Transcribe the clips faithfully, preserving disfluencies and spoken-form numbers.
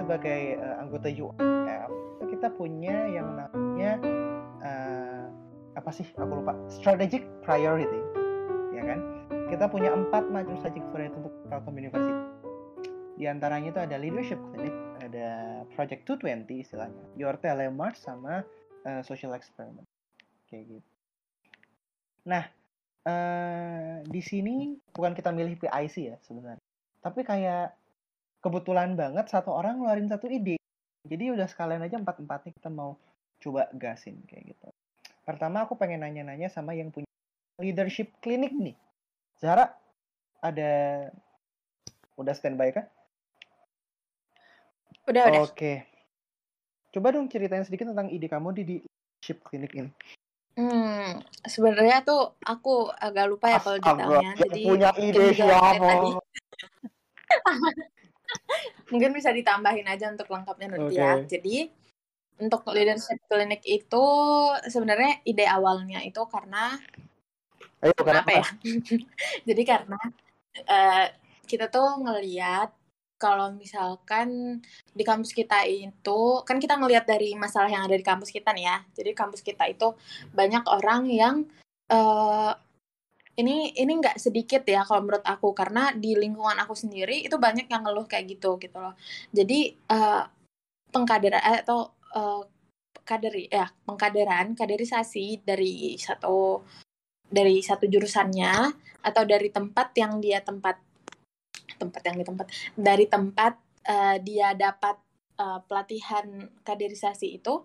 sebagai uh, anggota U M F kita punya yang namanya uh, apa sih? Aku lupa. Strategic priority, ya kan? Kita punya empat macam strategic priority untuk Telkom University. Di antaranya itu ada leadership clinic, ada project dua ratus dua puluh istilahnya, your telemars sama uh, social experiment, kayak gitu. Nah, uh, di sini bukan kita milih P I C ya sebenarnya, tapi kayak kebetulan banget satu orang ngeluarin satu ide, jadi udah sekalian aja empat-empatnya kita mau coba gasin kayak gitu. Pertama aku pengen nanya-nanya sama yang punya leadership clinic nih. Zara, ada udah standby kan? Udah, udah. Oke. Coba dong ceritain sedikit tentang ide kamu di, di leadership clinic ini. Hmm, sebenarnya tuh aku agak lupa ya kalau detailnya. Jadi punya ide siapa? Mungkin bisa ditambahin aja untuk lengkapnya nanti okay. ya. Jadi untuk leadership clinic itu sebenarnya ide awalnya itu karena Ayo, kenapa ya? Jadi karena uh, kita tuh ngelihat kalau misalkan di kampus kita itu, kan kita ngelihat dari masalah yang ada di kampus kita nih ya. Jadi kampus kita itu banyak orang yang uh, ini ini nggak sedikit ya kalau menurut aku, karena di lingkungan aku sendiri itu banyak yang ngeluh kayak gitu gitu loh. Jadi uh, pengkaderan atau uh, kaderi ya pengkaderan kaderisasi dari satu dari satu jurusannya atau dari tempat yang dia tempat tempat yang di tempat dari tempat uh, dia dapat uh, pelatihan kaderisasi itu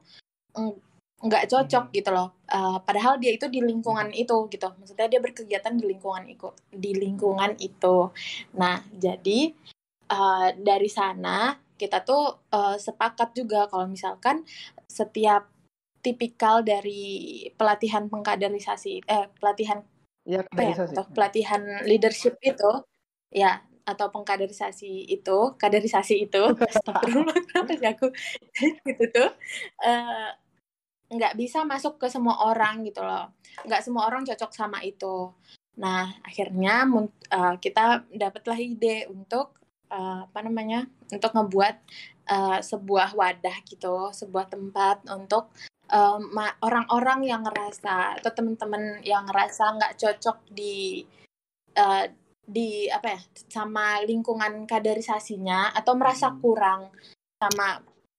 nggak cocok mm-hmm. gitu loh. Uh, padahal dia itu di lingkungan mm-hmm. itu gitu. Maksudnya dia berkegiatan di lingkungan itu, di lingkungan itu. Nah, jadi uh, dari sana kita tuh uh, sepakat juga kalau misalkan setiap tipikal dari pelatihan pengkaderisasi eh pelatihan ya, apa ya atau pelatihan leadership itu ya atau pengkaderisasi itu kaderisasi itu astagfirullah kenapa sih aku gitu tuh uh, nggak bisa masuk ke semua orang gitu loh, nggak semua orang cocok sama itu. Nah akhirnya uh, kita dapatlah ide untuk uh, apa namanya untuk ngebuat uh, sebuah wadah gitu, sebuah tempat untuk um, orang-orang yang ngerasa atau teman-teman yang ngerasa nggak cocok di uh, di apa ya sama lingkungan kaderisasinya atau merasa kurang sama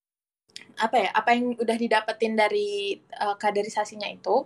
apa ya apa yang udah didapetin dari uh, kaderisasinya itu,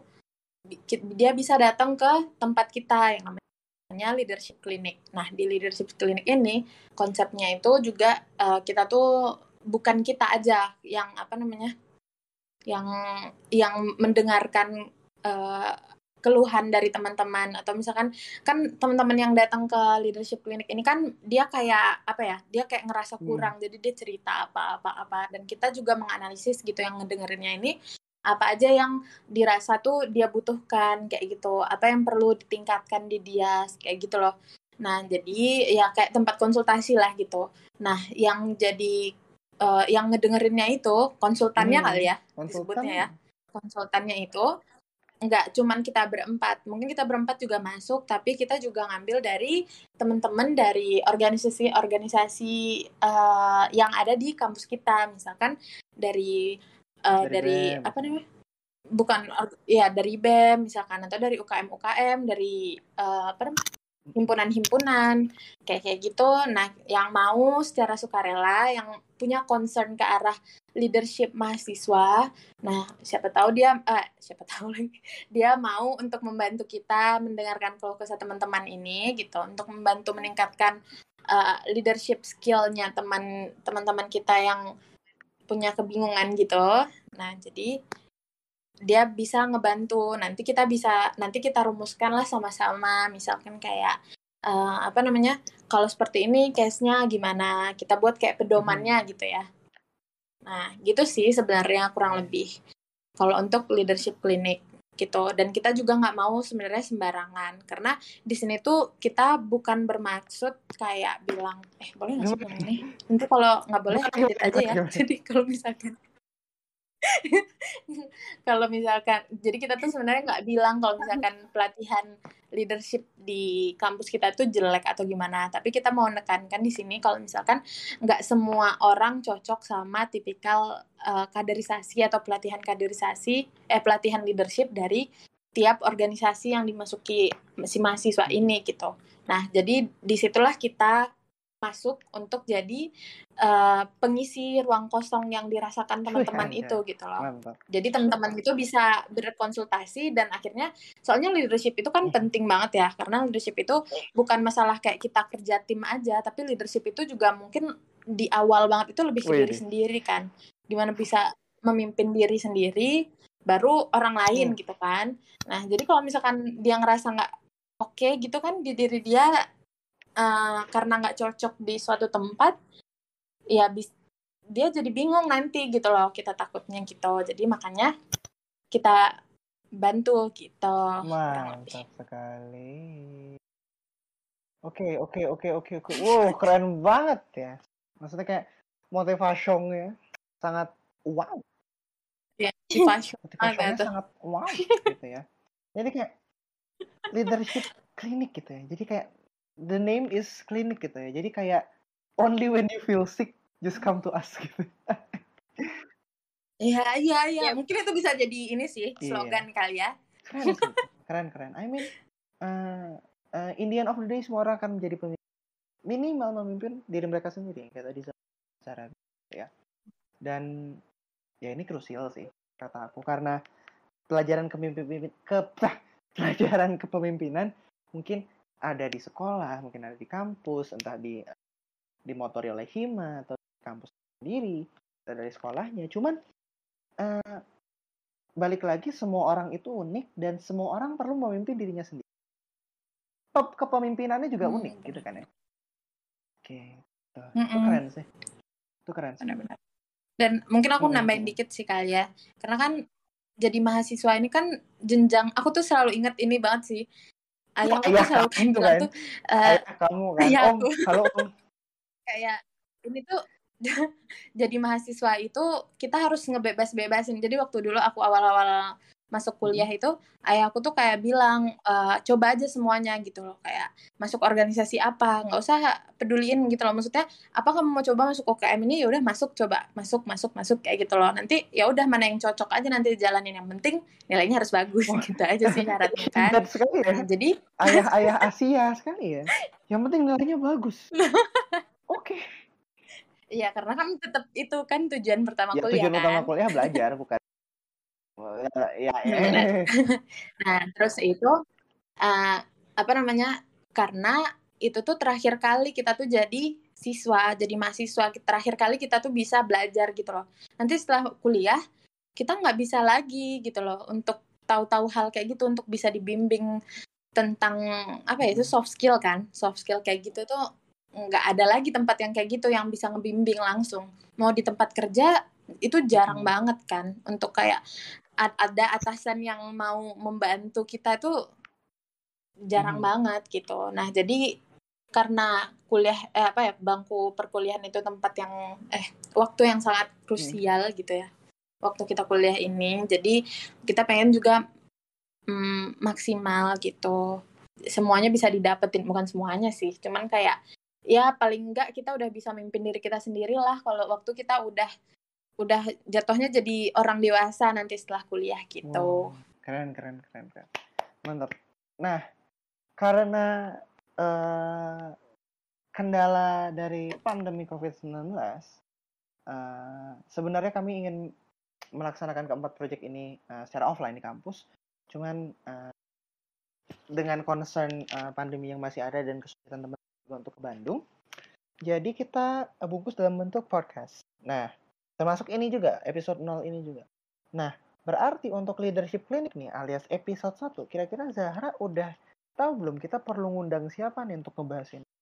dia bisa datang ke tempat kita yang namanya leadership clinic. Nah di leadership clinic ini konsepnya itu juga uh, kita tuh bukan kita aja yang apa namanya yang yang mendengarkan uh, keluhan dari teman-teman, atau misalkan kan teman-teman yang datang ke leadership clinic ini kan dia kayak apa ya dia kayak ngerasa kurang hmm. jadi dia cerita apa-apa-apa dan kita juga menganalisis gitu yang ngedengerinnya ini apa aja yang dirasa tuh dia butuhkan kayak gitu, apa yang perlu ditingkatkan di dia kayak gitu loh. Nah jadi ya kayak tempat konsultasi lah gitu. Nah yang jadi uh, yang ngedengerinnya itu konsultannya hmm. kali ya Konsultan. disebutnya ya konsultannya itu nggak cuman kita berempat, mungkin kita berempat juga masuk, tapi kita juga ngambil dari teman-teman dari organisasi-organisasi uh, yang ada di kampus kita, misalkan dari uh, dari, dari apa namanya bukan ya dari B E M misalkan, atau dari U K M U K M, dari uh, apa namanya himpunan-himpunan kayak kayak gitu. Nah yang mau secara sukarela, yang punya concern ke arah leadership mahasiswa, nah siapa tahu dia eh, siapa tahu lagi dia mau untuk membantu kita mendengarkan keluh kesah teman-teman ini gitu, untuk membantu meningkatkan uh, leadership skill-nya teman teman-teman kita yang punya kebingungan gitu. Nah jadi dia bisa ngebantu, nanti kita bisa nanti kita rumuskan lah sama-sama, misalkan kayak uh, apa namanya kalau seperti ini case-nya gimana, kita buat kayak pedomannya hmm. gitu ya. Nah gitu sih sebenarnya kurang lebih kalau untuk leadership clinic gitu. Dan kita juga nggak mau sebenarnya sembarangan, karena di sini tuh kita bukan bermaksud kayak bilang eh boleh nggak sih bilang ini, nanti kalau nggak boleh edit aja ya. Jadi kalau misalkan Kalau misalkan, jadi kita tuh sebenarnya nggak bilang kalau misalkan pelatihan leadership di kampus kita tuh jelek atau gimana, tapi kita mau menekankan di sini kalau misalkan nggak semua orang cocok sama tipikal uh, kaderisasi atau pelatihan kaderisasi, eh pelatihan leadership dari tiap organisasi yang dimasuki si mahasiswa ini gitu. Nah, jadi disitulah kita masuk untuk jadi uh, pengisi ruang kosong yang dirasakan teman-teman Wih, itu gitu loh. mantap. Jadi teman-teman itu bisa berkonsultasi dan akhirnya, soalnya leadership itu kan penting banget ya, karena leadership itu bukan masalah kayak kita kerja tim aja, tapi leadership itu juga mungkin di awal banget itu lebih ke diri Wih. sendiri kan, gimana bisa memimpin diri sendiri, baru orang lain Hmm. gitu kan. Nah jadi kalau misalkan dia ngerasa nggak oke okay, gitu kan di diri dia, Uh, karena nggak cocok di suatu tempat, ya bis, dia jadi bingung nanti gitu loh, kita takutnya gitu. Jadi makanya kita bantu gitu. Mantap sekali. Oke, oke, oke, oke, oke. Wow, keren banget ya. Maksudnya kayak motivasinya sangat wow. Ya, motivasinya sangat wow gitu ya. Jadi kayak leadership klinik gitu ya. Jadi kayak the name is klinik gitu ya. Jadi kayak only when you feel sick just come to us gitu. Iya, iya, iya. Mungkin itu bisa jadi ini sih slogan iya. kali ya. Keren sih. Keren, keren. I mean, uh, uh, in the end of the day semua orang akan menjadi pemimpin. Minimal memimpin diri mereka sendiri kayak tadi cara ya. Dan ya ini krusial sih kata aku, karena pelajaran kepemimpinan ke pelajaran kepemimpinan mungkin ada di sekolah, mungkin ada di kampus, entah di dimotori oleh Hima atau di kampus sendiri atau dari sekolahnya. Cuman uh, balik lagi, semua orang itu unik dan semua orang perlu memimpin dirinya sendiri. Kepemimpinannya juga hmm. unik gitu kan ya. Oke, itu, itu keren sih. Itu keren sih. Benar-benar. Dan mungkin aku nambahin hmm. dikit sih kali ya, karena kan jadi mahasiswa ini kan jenjang, aku tuh selalu ingat ini banget sih, ayah aku tuh selalu kayak bilang kan? tuh uh, ayah kamu kan ayah om aku. Halo om kayak ini tuh jadi mahasiswa itu kita harus ngebebas-bebasin. Jadi waktu dulu aku awal-awal masuk kuliah itu, ayah aku tuh kayak bilang, e, coba aja semuanya gitu loh, kayak masuk organisasi apa, nggak usah peduliin gitu loh. Maksudnya apa kamu mau coba masuk U K M ini, ya udah masuk, coba masuk masuk masuk kayak gitu loh. Nanti ya udah mana yang cocok aja nanti jalanin, yang penting nilainya harus bagus. Wah, gitu aja sih syaratnya kan. Sekali ya. Nah, jadi ayah-ayah Asia sekali ya. Yang penting nilainya bagus. Oke. Okay. Iya, karena kan tetap itu kan tujuan pertama ya, kuliah tujuan kan. Tujuan utama kuliah belajar, bukan. Ya, ya. Nah, terus itu uh, apa namanya? Karena itu tuh terakhir kali kita tuh jadi siswa, jadi mahasiswa. Terakhir kali kita tuh bisa belajar gitu loh. Nanti setelah kuliah kita nggak bisa lagi gitu loh untuk tahu-tahu hal kayak gitu, untuk bisa dibimbing tentang apa ya, itu soft skill kan, soft skill kayak gitu tuh nggak ada lagi tempat yang kayak gitu yang bisa ngebimbing langsung. Mau di tempat kerja itu jarang hmm. banget kan untuk kayak ada atasan yang mau membantu kita tuh jarang hmm. banget gitu. Nah jadi karena kuliah eh, apa ya bangku perkuliahan itu tempat yang eh waktu yang sangat krusial hmm. gitu ya waktu kita kuliah ini, jadi kita pengen juga mm, maksimal gitu, semuanya bisa didapetin, bukan semuanya sih, cuman kayak ya paling enggak kita udah bisa mimpin diri kita sendiri lah kalau waktu kita udah udah jatuhnya jadi orang dewasa nanti setelah kuliah gitu. Wow, keren keren keren keren, mantap. Nah karena uh, kendala dari pandemi covid sembilan belas, uh, sebenarnya kami ingin melaksanakan keempat proyek ini uh, secara offline di kampus, cuman uh, dengan concern uh, pandemi yang masih ada dan kesulitan teman-teman untuk ke Bandung, jadi kita bungkus dalam bentuk podcast. Nah, termasuk ini juga, episode nol ini juga. Nah, berarti untuk leadership klinik nih, alias episode satu, kira-kira Zahra udah tahu belum kita perlu ngundang siapa nih untuk ngebahas ini?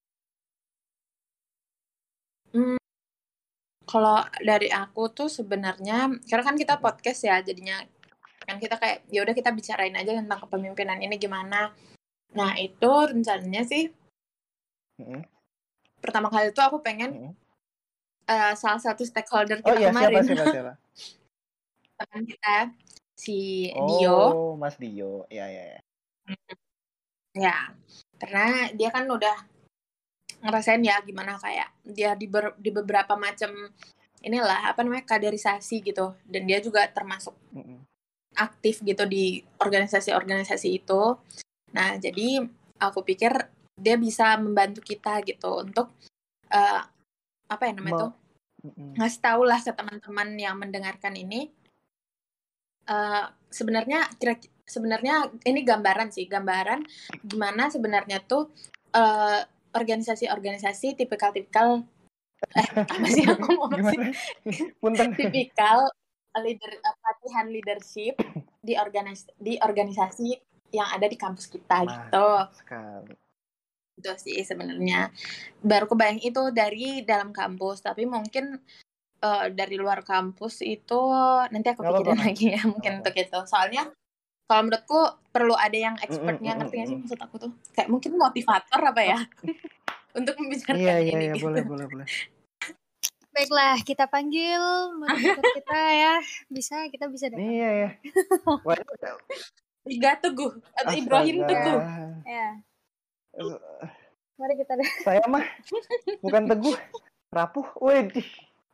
Hmm, kalau dari aku tuh sebenarnya, karena kan kita podcast ya, jadinya kan kita kayak ya udah kita bicarain aja tentang kepemimpinan ini gimana. Nah itu rencananya sih mm-hmm. pertama kali itu aku pengen mm-hmm. uh, salah satu stakeholder kita oh, iya, kemarin siapa, siapa, siapa? teman kita si Dio. Oh, Mas Dio. Ya, ya, ya. Ya, karena dia kan udah ngerasain ya gimana kayak dia di, ber, di beberapa macam inilah apa namanya kaderisasi gitu, dan dia juga termasuk Mm-mm. aktif gitu di organisasi-organisasi itu. Nah, jadi aku pikir dia bisa membantu kita gitu untuk uh, apa ya namanya Me- tuh Mm-mm. ngasih tahu lah ke teman-teman yang mendengarkan ini uh, sebenarnya kira sebenarnya ini gambaran sih gambaran gimana sebenarnya tuh uh, organisasi-organisasi tipikal-tipikal eh apa sih aku ngomong sih Punten. tipikal leader pelatihan leadership di organis di organisasi yang ada di kampus kita gitu. Sekali. Itu sih sebenarnya. Baru kebayang itu dari dalam kampus, tapi mungkin uh, dari luar kampus itu nanti aku Nggak pikirin apa-apa. lagi ya mungkin Nggak untuk itu. Soalnya kalau menurutku perlu ada yang Mm-mm, expertnya, ngerti nggak sih mm-mm. maksud aku tuh? Kayak mungkin motivator apa ya untuk membicarakan Iya, iya, ini iya, gitu. boleh, boleh, boleh. Baiklah, kita panggil moderator kita ya. Bisa, kita bisa datang. Iya, ya. Wah, Iga Teguh atau Ibrahim astaga. Teguh. Ya. Eh, Mari kita deh. Saya mah bukan Teguh, rapuh. Wih.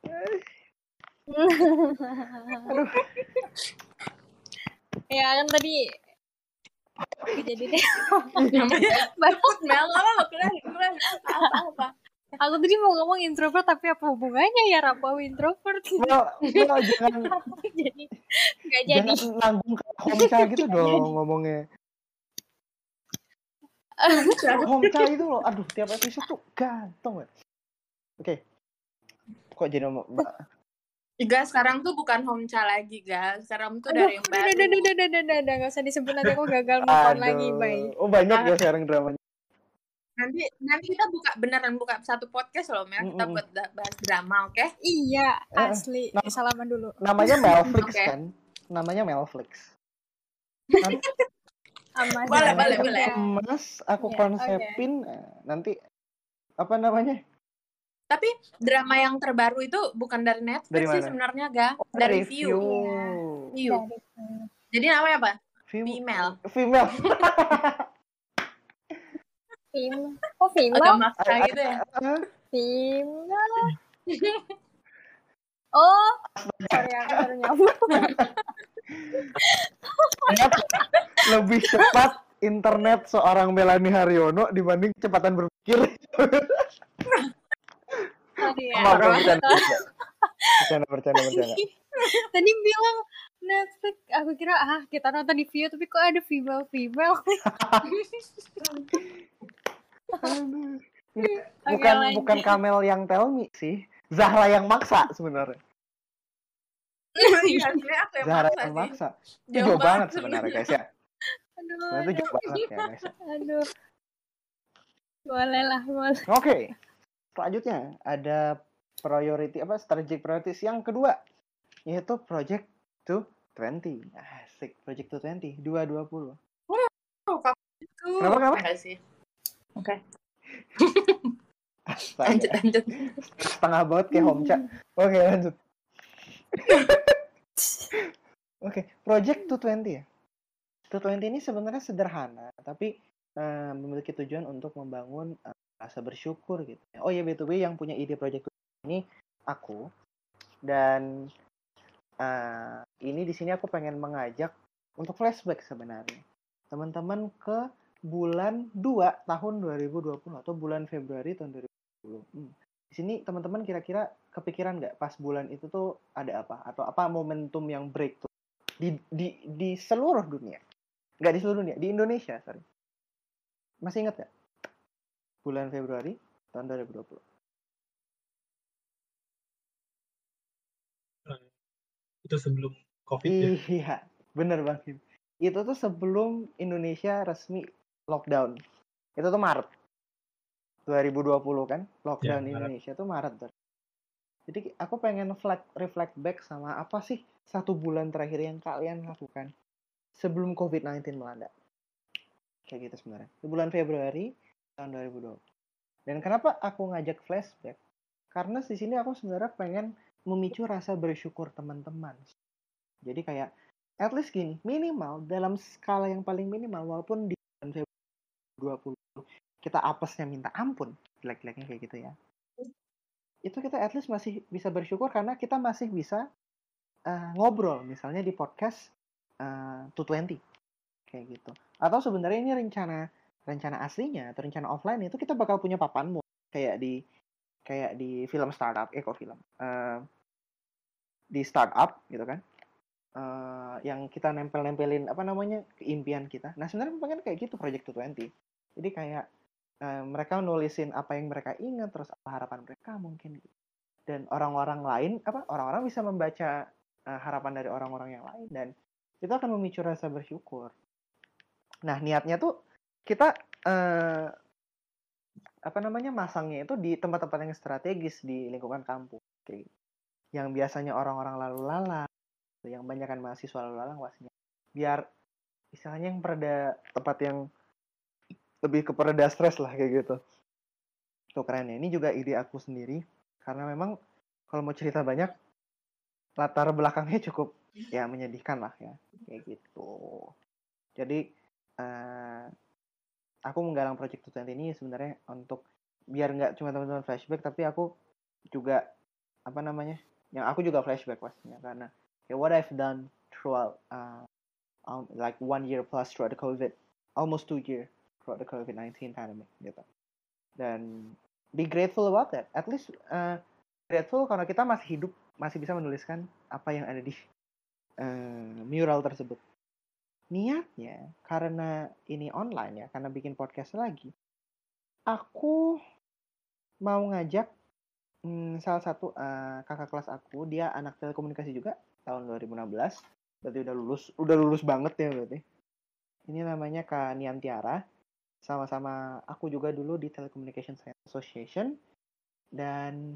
Aduh. Ya kan tadi Oke, jadi deh. Namanya baru Mel apa keren keren apa apa. Aku tadi mau ngomong introvert tapi apa hubungannya ya rapuh introvert? Mel, Mel jangan jadi nggak jadi. jangan nanggung ke Homca gitu dong ngomongnya. Homca itu loh, aduh tiap episode tuh ganteng ya. Oke, kok jadi Mbak? Iga sekarang tuh bukan Homca lagi, guys. Sekarang tuh Aduh, dari yang udah, baru. udah, udah, udah, udah, udah, udah, nggak usah disebut nanti aku gagal move on lagi, bye. Oh banyak ya sekarang dramanya. Nanti nanti kita buka beneran buka satu podcast loh, Mel. Kita Mm-mm. buat bahas drama, oke? Okay? Iya, Eh, asli. nam- Salaman dulu. Namanya Melflix Oke. kan? Namanya Melflix. Nanti Amas, Boleh, ya, boleh, ya. boleh. Mas, aku Ya, konsepin eh, nanti apa namanya? Tapi drama yang terbaru itu bukan dari Netflix Dari sih mana? sebenarnya, Ga. Oh, Dari review. View. View. Dari- Jadi namanya apa? Fem- Female. Female. Film. Oh, film. Agak maksa gitu ya. Film. Oh, sorry aku baru nyambung. Lebih cepat internet seorang Melanie Haryono dibanding kecepatan berpikir. Sorry ya. Maaf, bercanda, bercanda, bercanda, bercanda. Tadi bilang Netflix, aku kira ah kita nonton di View tapi kok ada female female. Bukan Oke, bukan Kamel yang tell me sih, Zahra yang maksa sebenarnya. Iya, sebenarnya aku yang Zahra maksa yang sih. maksa. Itu Jauh jauh banget banget sebenarnya guys ya. Aduh, Sebenarnya itu aduh, jauh banget ya guys. aduh. Boleh lah, boleh. Oke, selanjutnya ada priority apa strategic priorities yang kedua, yaitu Project dua puluh. Asik, Project dua puluh, dua ribu dua puluh. Oh, itu. Kenapa, kenapa? Enggak sih. Oke. Astaga. Lanjut, lanjut. Setengah banget kayak Homca. Oke, lanjut. Oke, Project dua puluh ya. dua puluh ini sebenarnya sederhana, tapi uh, memiliki tujuan untuk membangun uh, rasa bersyukur gitu. Oh ya, B two B yang punya ide Project dua puluh ini aku. Dan uh, ini di sini aku pengen mengajak untuk flashback sebenarnya. Teman-teman ke bulan dua tahun dua ribu dua puluh atau bulan Februari tahun dua ribu dua puluh. Hmm. Di sini teman-teman kira-kira kepikiran nggak pas bulan itu tuh ada apa? Atau apa momentum yang breakthrough di di di seluruh dunia? Nggak di seluruh dunia, di Indonesia, sorry. Masih ingat nggak? Bulan Februari tahun dua ribu dua puluh. Itu sebelum COVID ya? Iya, bener Bang Kim. Itu tuh sebelum Indonesia resmi lockdown. Itu tuh Maret dua ribu dua puluh kan, lockdown ya, Indonesia tuh Maret. Jadi aku pengen reflect, reflect back sama apa sih satu bulan terakhir yang kalian lakukan sebelum covid sembilan belas melanda. Kayak gitu sebenarnya. Di bulan Februari tahun dua ribu dua puluh. Dan kenapa aku ngajak flashback? Karena di sini aku sebenarnya pengen memicu rasa bersyukur teman-teman. Jadi kayak at least gini, minimal dalam skala yang paling minimal, walaupun di bulan Februari dua puluh kita apesnya minta ampun, jelek-jeleknya kayak gitu ya. Itu kita at least masih bisa bersyukur karena kita masih bisa uh, ngobrol, misalnya di podcast uh, dua puluh kayak gitu. Atau sebenarnya ini rencana rencana aslinya atau rencana offline itu kita bakal punya papanmu kayak di kayak di film startup, eh kok film, uh, di startup gitu kan. Uh, yang kita nempel-nempelin apa namanya keimpian kita. Nah sebenarnya pengen kayak gitu Project dua puluh. Jadi kayak uh, mereka nulisin apa yang mereka ingat, terus apa harapan mereka mungkin. Dan orang-orang lain apa orang-orang bisa membaca uh, harapan dari orang-orang yang lain dan itu akan memicu rasa bersyukur. Nah niatnya tuh kita uh, apa namanya masangnya itu di tempat-tempat yang strategis di lingkungan kampus. Kayak yang biasanya orang-orang lalu lalang, yang banyak kan mahasiswa lalu lalang wasnya, biar istilahnya yang pereda tempat yang lebih ke pereda stres lah kayak gitu. Tuh keren ya. Ini juga ide aku sendiri karena memang kalau mau cerita banyak latar belakangnya cukup ya menyedihkan lah ya kayak gitu. Jadi uh, aku menggalang Project dua puluh ini sebenarnya untuk biar nggak cuma teman-teman flashback tapi aku juga apa namanya yang aku juga flashback pastinya karena ya what I've done throughout uh, um, like one year plus throughout the COVID, almost two year throughout the COVID nineteen pandemic gitu. Dan be grateful about that. At least uh, grateful karena kita masih hidup, masih bisa menuliskan apa yang ada di uh, mural tersebut. Niatnya karena ini online ya, karena bikin podcast lagi, aku mau ngajak Hmm, salah satu uh, kakak kelas aku, dia anak telekomunikasi juga tahun dua ribu enam belas, berarti udah lulus, udah lulus banget ya berarti. Ini namanya Kak Niantiara, sama-sama aku juga dulu di Telecommunication Science Association, dan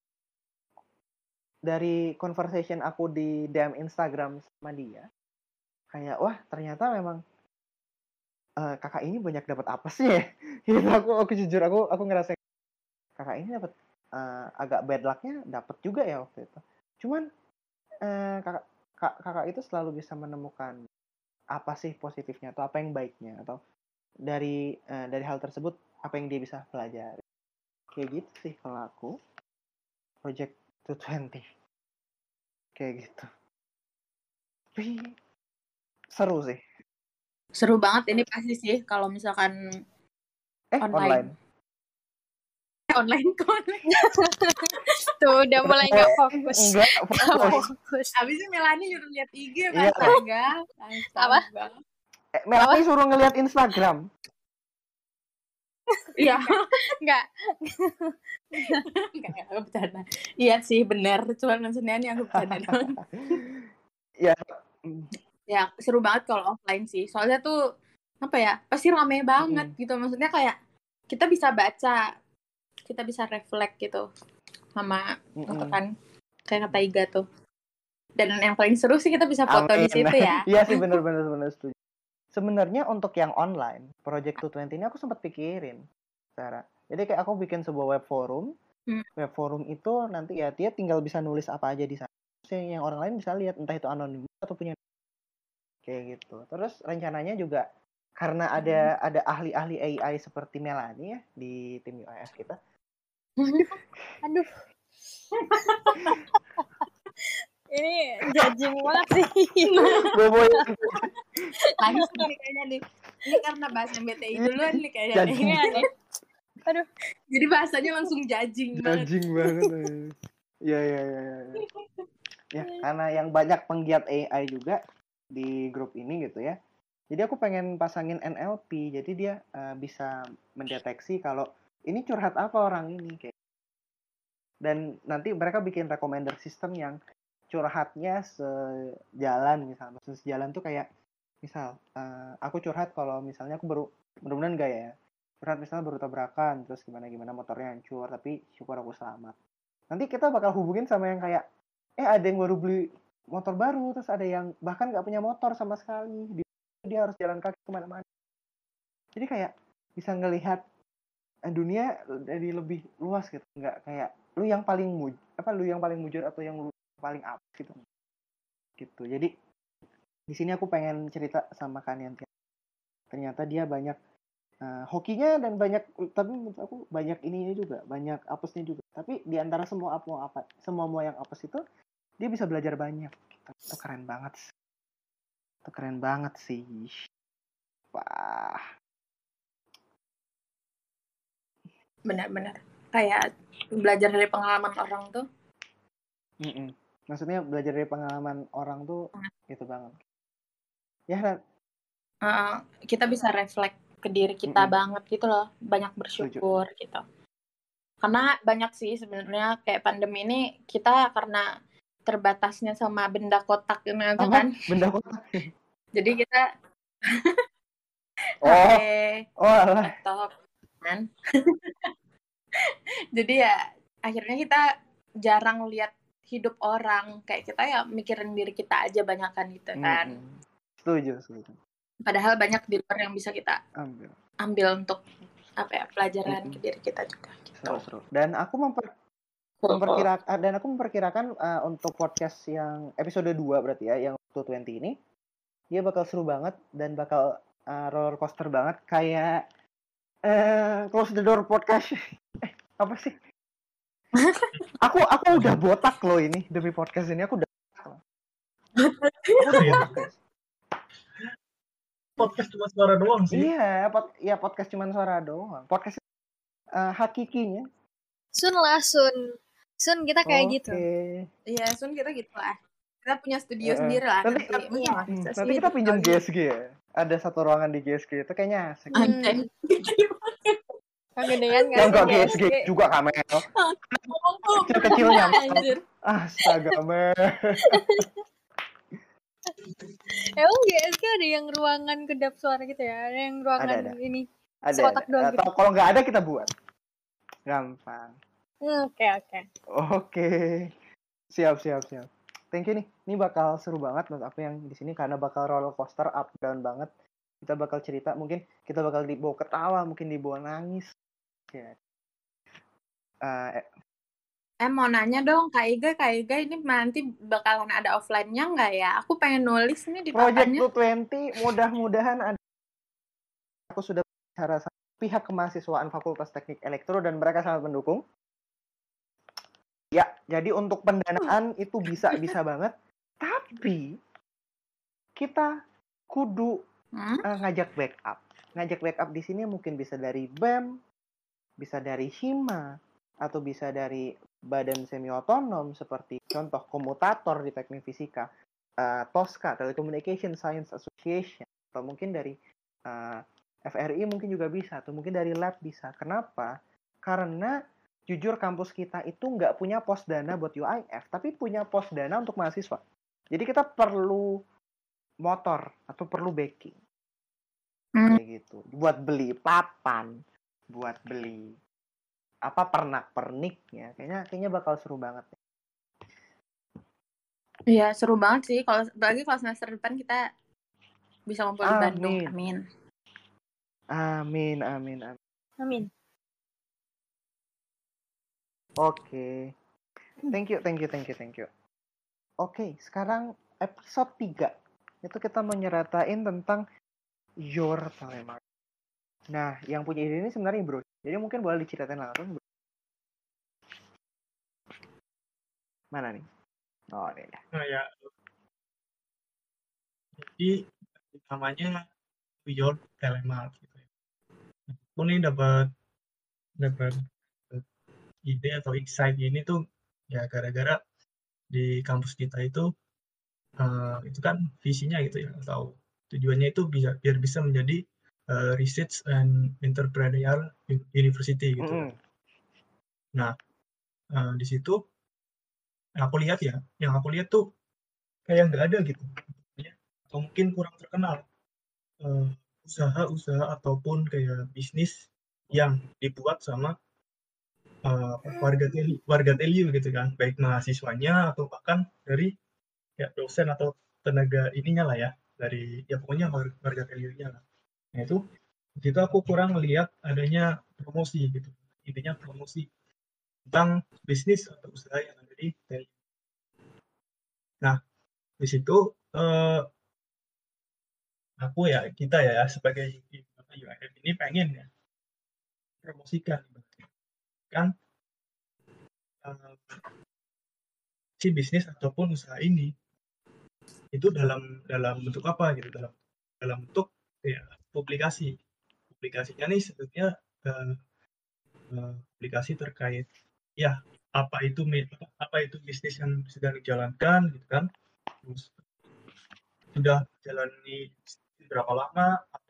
dari conversation aku di D M Instagram sama dia, kayak wah ternyata memang uh, kakak ini banyak dapat apa sih ya? Gitu aku, aku jujur aku aku ngerasa kakak ini dapat uh, agak bad luck-nya dapat juga ya waktu itu. Cuman uh, kakak, kak, kakak itu selalu bisa menemukan apa sih positifnya atau apa yang baiknya atau dari uh, dari hal tersebut apa yang dia bisa pelajari. Kayak gitu sih kalau aku Project dua puluh kayak gitu. Tapi seru sih. Seru banget ini pasti sih kalau misalkan Eh online. online. online online tuh udah mulai nggak fokus nggak fokus. fokus abis itu Melani nyuruh lihat I G Iya. astaga Apa? eh, Melani suruh ngeliat Instagram iya nggak nggak aku bercanda iya sih benar cuma maksudnya ini aku bercanda doang ya ya seru banget kalau offline sih soalnya tuh apa ya pasti rame banget mm-hmm. gitu maksudnya kayak kita bisa baca kita bisa reflect gitu sama Mm-mm. apa kan kayak kata Iga tuh dan yang paling seru sih kita bisa foto Amin. di situ ya iya sih benar-benar benar setuju. Sebenarnya untuk yang online Project dua puluh ini aku sempat pikirin Sarah. Jadi kayak aku bikin sebuah web forum hmm. web forum itu nanti ya dia tinggal bisa nulis apa aja di sana yang orang lain bisa lihat entah itu anonim atau punya kayak gitu. Terus rencananya juga karena ada hmm. ada ahli-ahli A I seperti Melani ya di tim U I F kita. Aduh. Ini judging banget sih. Boboy. Langsung nih kayaknya nih. Ini karena bahasa B T I duluan nih kayaknya nih. Aduh. Jadi bahasanya langsung judging banget. Judging banget. Iya iya iya iya. Ya, karena yang banyak penggiat A I juga di grup ini gitu ya. Jadi aku pengen pasangin N L P. Jadi dia uh, bisa mendeteksi kalau ini curhat apa orang ini kayak. Dan nanti mereka bikin recommender system yang curhatnya sejalan misalnya. Maksudnya sejalan tuh kayak misal uh, aku curhat kalau misalnya aku baru mudah-mudahan enggak ya. Curhat misalnya baru tabrakan terus gimana-gimana motornya hancur tapi syukur aku selamat. Nanti kita bakal hubungin sama yang kayak eh ada yang baru beli motor baru terus ada yang bahkan nggak punya motor sama sekali. Dia, dia harus jalan kaki kemana-mana. Jadi kayak bisa ngelihat dunia dari lebih luas gitu, nggak kayak lu yang paling muj apa lu yang paling mujur atau yang lu paling apa gitu. gitu. Jadi di sini aku pengen cerita sama kalian. Ternyata dia banyak uh, hokinya dan banyak, tapi menurut aku banyak ininya juga, banyak apesnya juga. Tapi di antara semua apa apa semua semua yang apes itu dia bisa belajar banyak. Gitu. Itu keren banget. Itu keren banget sih. Wah. Benar-benar kayak belajar dari pengalaman orang tuh. Mm-mm. Maksudnya belajar dari pengalaman orang tuh gitu banget. Ya, uh, kita bisa reflect ke diri kita Mm-mm. banget gitu loh, banyak bersyukur Setuju. Gitu. Karena banyak sih sebenarnya kayak pandemi ini kita karena terbatasnya sama benda kotak ini aja kan. Benda kotak. Jadi kita oh. H P, oh, laptop kan. Jadi ya akhirnya kita jarang lihat hidup orang, kayak kita ya mikirin diri kita aja banyakan gitu kan. Mm-hmm. Setuju, setuju. Padahal banyak di luar yang bisa kita ambil, ambil untuk apa ya pelajaran mm-hmm. ke diri kita juga. Gitu. Seru-seru. Dan aku memper memperkirakan dan aku memperkirakan uh, untuk podcast yang episode dua berarti ya, yang dua puluh ini dia bakal seru banget dan bakal uh, roller coaster banget kayak uh, Close the Door podcast. eh, apa sih? aku aku udah botak loh ini demi podcast ini, aku udah aku udah botak guys. Podcast cuma suara doang sih. Iya, pod, ya podcast cuma suara doang. Podcast uh, hakikinya. Sun lah Sun. Sun kita kayak okay. gitu. Iya, Sun kita gitu lah. Kita punya studio uh, sendiri lah. Nanti, nanti, iya. hmm, nanti kita pinjam G S G ya. Ada satu ruangan di G S G itu kayaknya asik. Hmm. Kegedean nggak? Yang G S G juga Kamel. Kecil-kecilnya. Astaga, Mel. Emang G S G ada yang ruangan kedap suara gitu ya? Ada yang ruangan ada, ada. ini ada, sekotak ada. doang Atau gitu? Kalau nggak ada kita buat. Gampang. Oke, oke. Oke. Siap, siap, siap. Thank you nih. Ini bakal seru banget menurut aku yang di sini karena bakal roller coaster up down banget. Kita bakal cerita, mungkin kita bakal dibawa ketawa, mungkin dibawa nangis. Ya. Uh, eh. eh mau nanya dong Kak Iga, Kak Iga ini nanti bakalan ada offline-nya nggak ya? Aku pengen nulis nih di Project papannya. dua puluh mudah-mudahan ada. Aku sudah bicara sama pihak kemahasiswaan Fakultas Teknik Elektro dan mereka sangat mendukung. Ya, jadi untuk pendanaan itu bisa-bisa banget. Tapi kita kudu hmm? uh, ngajak backup. Ngajak backup di sini mungkin bisa dari B E M, bisa dari Hima, atau bisa dari badan semi-otonom seperti contoh komutator di Teknik Fisika, uh, TOSCA, Telecommunication Science Association, atau mungkin dari uh, F R I mungkin juga bisa, atau mungkin dari lab bisa. Kenapa? Karena jujur kampus kita itu nggak punya pos dana buat U I F, tapi punya pos dana untuk mahasiswa. Jadi kita perlu motor atau perlu backing. Hmm. Kayak gitu. Buat beli papan, buat beli apa pernak-perniknya. Kayaknya kayaknya bakal seru banget. Iya, seru banget sih. Kalau lagi kalau semester depan kita bisa ngumpul di Bandung. Amin. Amin, amin, amin. Amin. Oke, okay. thank you, thank you, thank you, thank you. Oke, okay, sekarang episode tiga. Itu kita menyeratain tentang your telemarketing. Nah, yang punya ide ini sebenarnya Bro. Jadi mungkin boleh diceritain langsung, Bro. Mana nih? Oh, ini dah. Nah, ya. Jadi, namanya your telemarketing. Aku nih dapat dapat ide atau insight ini tuh ya gara-gara di kampus kita itu uh, itu kan visinya gitu ya, atau tujuannya itu bisa biar bisa menjadi uh, research and entrepreneurial university gitu. Mm-hmm. Nah uh, di situ aku lihat ya, yang aku lihat tuh kayak nggak ada gitu, atau mungkin kurang terkenal uh, usaha-usaha ataupun kayak bisnis yang dibuat sama Uh, warga teli, warga teliu gitu kan, baik mahasiswanya atau bahkan dari ya dosen atau tenaga ininya lah ya, dari ya pokoknya warga teliunya lah. Nah itu di situ aku kurang melihat adanya promosi gitu, intinya promosi tentang bisnis atau usaha yang ada di teliu. Nah Di situ eh, aku ya kita ya sebagai U I ini pengen ya promosikan kan eh, si bisnis ataupun usaha ini itu dalam dalam bentuk apa gitu dalam dalam bentuk ya publikasi publikasinya nih sebetulnya eh, eh, publikasi terkait ya apa itu apa itu bisnis yang sedang dijalankan gitu kan terus sudah jalani berapa lama apa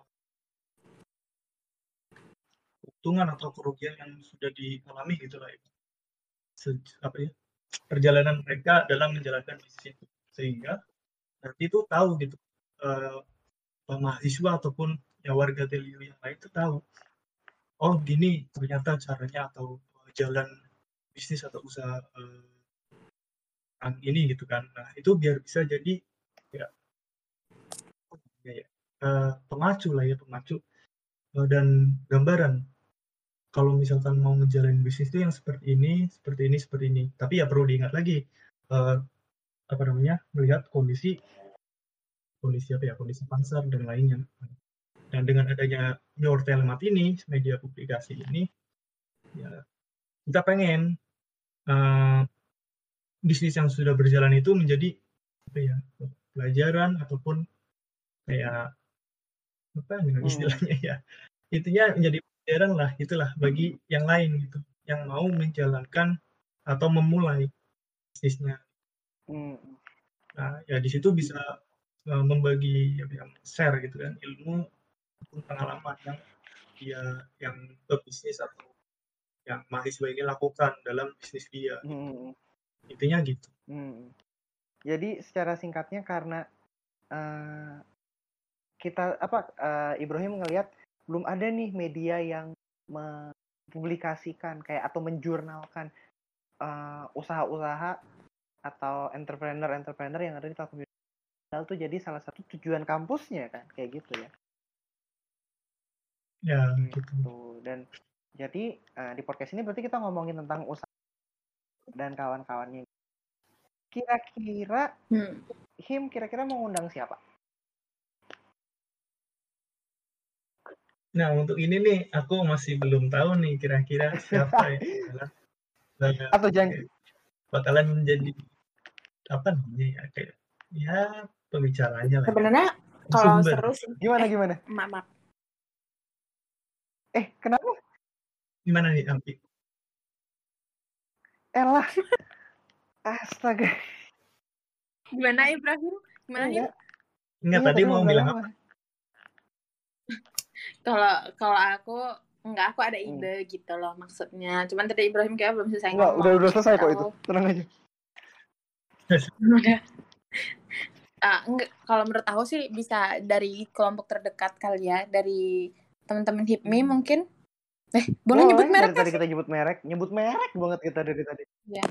keuntungan atau kerugian yang sudah dialami gitu lah ya. Se- apa ya perjalanan mereka dalam menjalankan bisnis itu sehingga nanti itu tahu gitu eh, mahasiswa ataupun ya warga Deliu yang lain itu tahu oh gini ternyata caranya atau jalan bisnis atau usaha eh, ini gitu kan nah itu biar bisa jadi ya, ya, ya eh, pemacu lah ya pemacu eh, dan gambaran kalau misalkan mau ngejalanin bisnis itu yang seperti ini seperti ini seperti ini tapi ya perlu diingat lagi eh, apa namanya melihat kondisi kondisi apa ya kondisi pasar dan lainnya dan dengan adanya Your Telemat ini media publikasi ini ya kita pengen uh, bisnis yang sudah berjalan itu menjadi apa ya pelajaran ataupun kayak apa hmm. istilahnya ya intinya menjadi pelajaran lah itulah bagi yang lain gitu yang mau menjalankan atau memulai bisnisnya. Hmm. Nah ya di situ bisa uh, membagi ya, share gitu kan ilmu ataupun pengalaman yang dia yang pebisnis atau yang mahasiswa ini lakukan dalam bisnis dia. Hmm. Intinya gitu. Hmm. Jadi secara singkatnya karena uh, kita apa uh, Ibrahim ngelihat belum ada nih media yang mempublikasikan kayak atau menjurnalkan uh, usaha-usaha atau entrepreneur-entrepreneur yang ada di Telkom Digital itu jadi salah satu tujuan kampusnya kan kayak gitu ya. Ya gitu. gitu. Dan jadi uh, di podcast ini berarti kita ngomongin tentang usaha dan kawan-kawannya. Kira-kira hmm. Him kira-kira mau ngundang siapa? Nah untuk ini nih aku masih belum tahu nih kira-kira siapa yang bakalan atau jangan bakalan menjadi apa namanya ya kayak ya pembicaranya lah. Sebenarnya kalau seru sih. Gimana eh, gimana? Maaf, maaf. Eh kenapa? Gimana nih Ampi? Elah. Astaga. Gimana Ibrahim? Gimana Enggak. Enggak tadi mau bilang apa? Kalau kalau aku enggak aku ada ide hmm. gitu loh maksudnya. Cuman tadi Ibrahim kayak belum selesai ngomong. Enggak, udah udah selesai kok itu. Tenang aja. Udah. Ah, enggak, kalau menurut aku sih bisa dari kelompok terdekat kali ya, dari teman-teman Hipmi hmm. mungkin. Eh, boleh oh, nyebut merek dari tadi kita nyebut merek, nyebut merek banget kita dari tadi. Ya.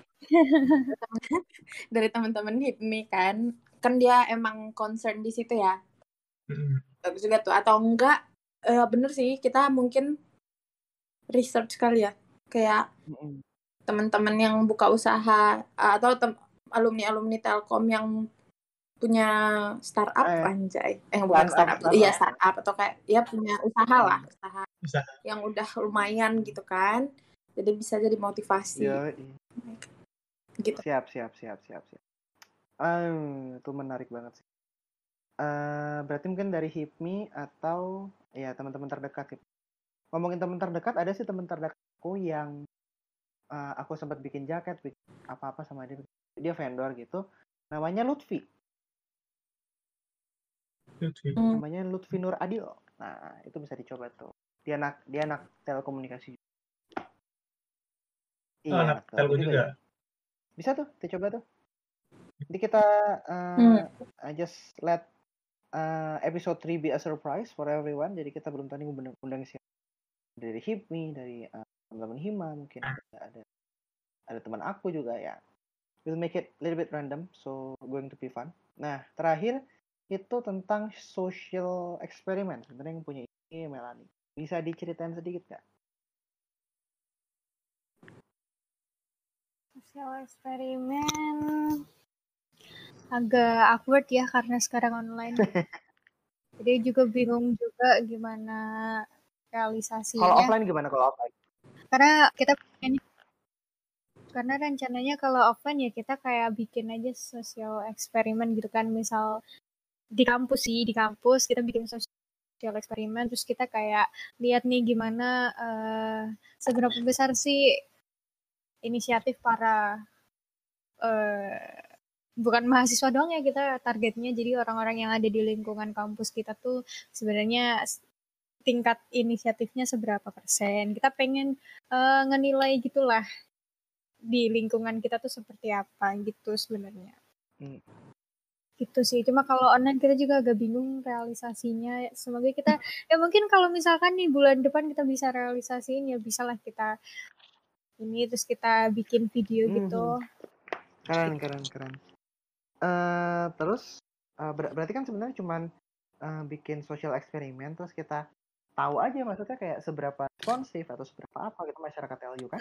Dari teman-teman Hipmi kan, kan dia emang concern di situ ya. Bagus juga tuh. Atau enggak, uh, bener sih kita mungkin research kali ya, kayak mm-hmm. teman-teman yang buka usaha atau tem- alumni-alumni Telkom yang punya startup eh, anjay, eh bukan startup, startup, iya startup atau kayak ya punya usaha lah, usaha, usaha yang udah lumayan gitu kan, jadi bisa jadi motivasi. Ya, gitu. Siap, siap, siap, siap, siap. Uh, itu menarik banget sih. Uh, berarti mungkin dari Hipmi atau ya teman-teman terdekat. Ngomongin teman terdekat, ada sih teman terdekatku yang uh, aku sempat bikin jaket, bikin apa-apa sama dia. Dia vendor gitu. Namanya Lutfi. Lutfi. Hmm. Namanya Lutfi Nur Adil. Nah, itu bisa dicoba tuh. Dia anak dia anak telekomunikasi. Oh, iya, anak telco juga. Ya. Bisa tuh, dicoba tuh. Jadi kita uh, hmm. I just let uh, episode three be a surprise for everyone. Jadi kita belum tahu undang undang siapa. Dari Hipmi, dari uh, teman-teman Hima mungkin ada ada ada teman aku juga ya. We'll make it a little bit random, so going to be fun. Nah, terakhir itu tentang social experiment. Sebenarnya yang punya ini Melanie. Bisa diceritain sedikit nggak? Social experiment. agak awkward ya karena sekarang online. Jadi juga bingung juga gimana realisasinya. Kalau offline gimana kalau offline? Karena kita pengen, karena rencananya kalau offline ya kita kayak bikin aja sosial eksperimen gitu kan, misal di kampus sih, di kampus kita bikin sosial eksperimen, terus kita kayak lihat nih gimana uh, seberapa besar sih inisiatif para uh, bukan mahasiswa doang ya, kita targetnya jadi orang-orang yang ada di lingkungan kampus kita tuh sebenarnya tingkat inisiatifnya seberapa persen. Kita pengen uh, ngenilai gitulah di lingkungan kita tuh seperti apa gitu sebenarnya. Hmm. Gitu sih. Cuma kalau online kita juga agak bingung realisasinya. Semoga kita ya mungkin kalau misalkan nih bulan depan kita bisa realisasiin, ya bisalah kita ini terus kita bikin video hmm. gitu. Keren keren keren. Uh, terus uh, ber- berarti kan sebenarnya cuman uh, bikin social eksperimen terus kita tahu aja maksudnya kayak seberapa responsif atau seberapa apa gitu masyarakat L U kan?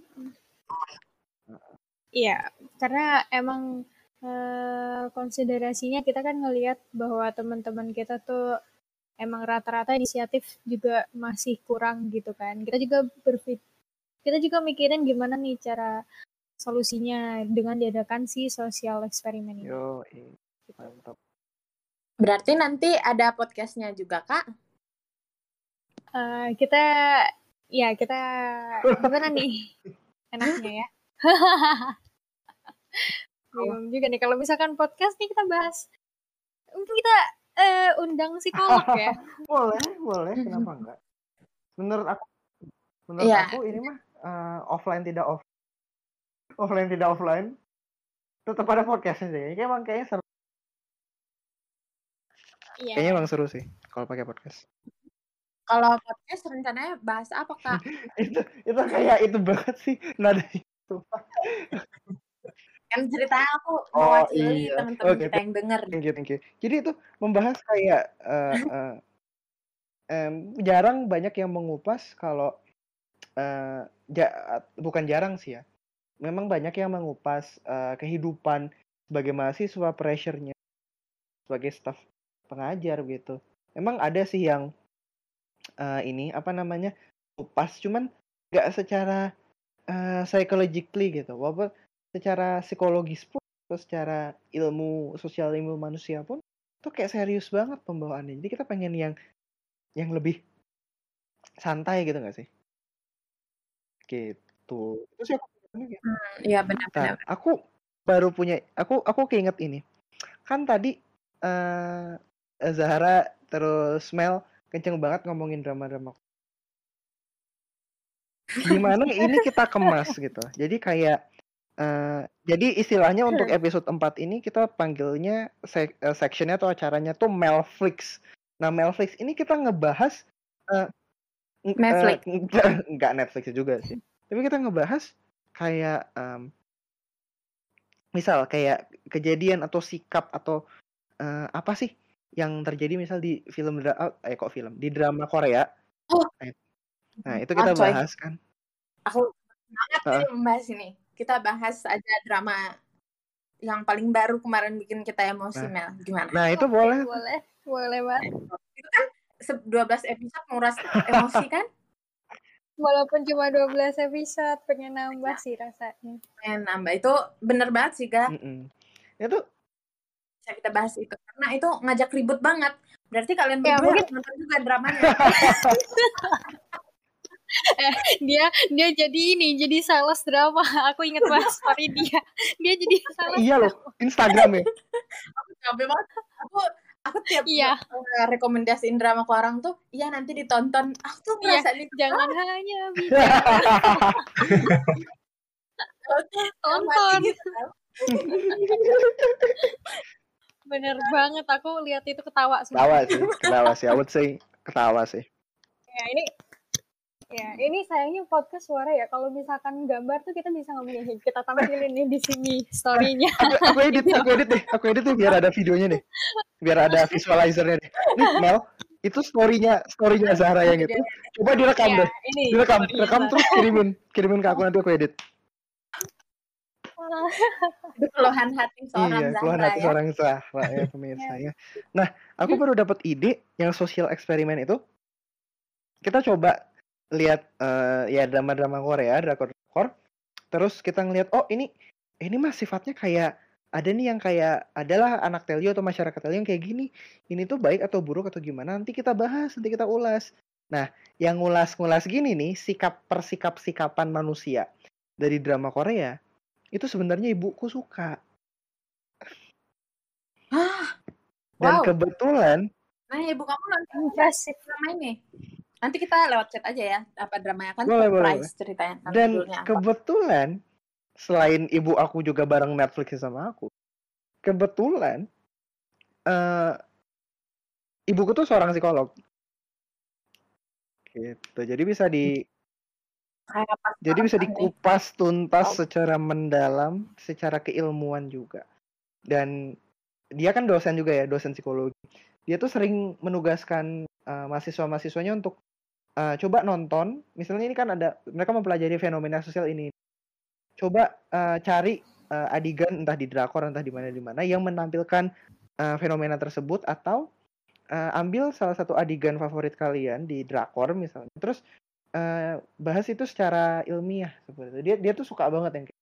Iya, hmm. karena emang eh, konsiderasinya kita kan ngelihat bahwa teman-teman kita tuh emang rata-rata inisiatif juga masih kurang gitu kan. Kita juga berpikir, kita juga mikirin gimana nih cara solusinya dengan diadakan si sosial eksperimen ini. Yo, iya. Mantap. Berarti nanti ada podcastnya juga, Kak? Uh, kita ya kita gimana nih enaknya ya. Bingung juga nih kalau misalkan podcast nih kita bahas, mungkin kita uh, undang psikolog ya. Boleh boleh kenapa enggak. Menurut aku menurut yeah. aku ini mah uh, offline tidak off offline tidak offline tetap ada podcastnya sih. Kayaknya emang kayaknya seru. Yeah. Kayaknya emang seru sih kalau pakai podcast. Kalau podcast rencananya bahas apa, Kak? itu itu kayak itu banget sih nada itu. Kan ceritanya aku mewakili oh, iya. teman-teman okay, kita yang denger. Thank you, thank you. Jadi itu membahas kayak uh, uh, um, jarang banyak yang mengupas kalau uh, ja, bukan jarang sih ya. Memang banyak yang mengupas uh, kehidupan sebagai mahasiswa, pressure-nya sebagai staf pengajar gitu. Memang ada sih yang Uh, ini apa namanya kupas cuman nggak secara uh, psychologically gitu, walaupun secara psikologis pun atau secara ilmu sosial ilmu manusia pun itu kayak serius banget pembawaannya. Jadi kita pengen yang yang lebih santai gitu nggak sih? Gitu. Terus ya, iya hmm, benar-benar. Nah, aku baru punya aku aku keinget ini kan tadi uh, Zahra terus Mel kenceng banget ngomongin drama-drama. Gimana ini kita kemas gitu. Jadi kayak uh, jadi istilahnya untuk episode empat ini kita panggilnya sek- uh, sectionnya atau acaranya tuh Melflix. Nah, Melflix ini kita ngebahas uh, Netflix. Uh, enggak Netflix juga sih. Tapi kita ngebahas kayak um, misal kayak kejadian atau sikap atau uh, apa sih yang terjadi misal di film dra- eh kok film di drama Korea. Oh. Nah, itu kita oh, bahas kan. Aku semangat uh. sih membahas ini. Kita bahas aja drama yang paling baru kemarin bikin kita emosi, nah. Mel. Gimana? Nah, itu okay, boleh. Boleh. Boleh banget. Itu kan dua belas episode nguras emosi kan? Walaupun cuma dua belas episode, pengen nambah sih rasanya. Pengen nambah. Itu bener banget sih, Ga. Mm-mm. Itu bisa kita bahas itu karena itu ngajak ribut banget. Berarti kalian berdua ya, mungkin nonton juga dramanya. eh, dia dia jadi ini jadi sales drama. Aku inget banget story dia. Dia jadi sales. Iya loh, Instagram ya. Aku capek banget. Aku aku tiap iya. rekomendasiin drama ke orang tuh, iya nanti ditonton. Aku tuh merasa iya, jangan ah. hanya bicara. Tonton. Bener banget, aku lihat itu ketawa sih. Ketawa sih, ketawa sih. I would say ketawa sih. Ya ini, ya ini sayangnya podcast suara ya. Kalau misalkan gambar tuh kita bisa ngomongin, kita tampilin nih di sini story-nya. aku, aku edit, aku edit deh, aku edit deh biar ada videonya deh, biar ada visualizer-nya deh. Nih Mel, itu story-nya, story-nya Zahra yang itu. Coba direkam ya, deh, ini, direkam, rekam terus kirimin, kirimin ke aku nanti aku edit. Itu keluhan hati seorang Iya, keluhan Zahra hati ya. seorang Zahra ya pemirsa ya. Nah, aku baru dapat ide yang social eksperimen itu. Kita coba lihat uh, ya drama-drama Korea, drakor-drakor. Terus kita ngelihat, oh ini ini mah sifatnya kayak ada nih yang kayak adalah anak telio atau masyarakat telio yang kayak gini. Ini tuh baik atau buruk atau gimana? Nanti kita bahas, nanti kita ulas. Nah, yang ngulas-ngulas gini nih, sikap persikap-sikapan manusia dari drama Korea, itu sebenarnya ibuku suka. Hah, Dan wow. kebetulan, Nah, ibu kamu nonton Impresif. drama ini. Nanti kita lewat chat aja ya, apa dramanya kan boleh, boleh, surprise ceritanya. Nama dan judulnya apa. kebetulan selain ibu aku juga bareng Netflix sama aku, kebetulan uh, ibuku tuh seorang psikolog. Gitu. Jadi bisa di Kayak pas jadi banget bisa kan nih. dikupas tuntas Oh. secara mendalam, secara keilmuan juga. Dan dia kan dosen juga ya, dosen psikologi. Dia tuh sering menugaskan uh, mahasiswa-mahasiswanya untuk uh, coba nonton. Misalnya ini kan ada mereka mempelajari fenomena sosial ini. Coba uh, cari uh, adegan entah di drakor entah di mana di mana yang menampilkan uh, fenomena tersebut, atau uh, ambil salah satu adegan favorit kalian di drakor misalnya. Terus uh, bahas itu secara ilmiah seperti itu. Dia dia tuh suka banget yang kayak.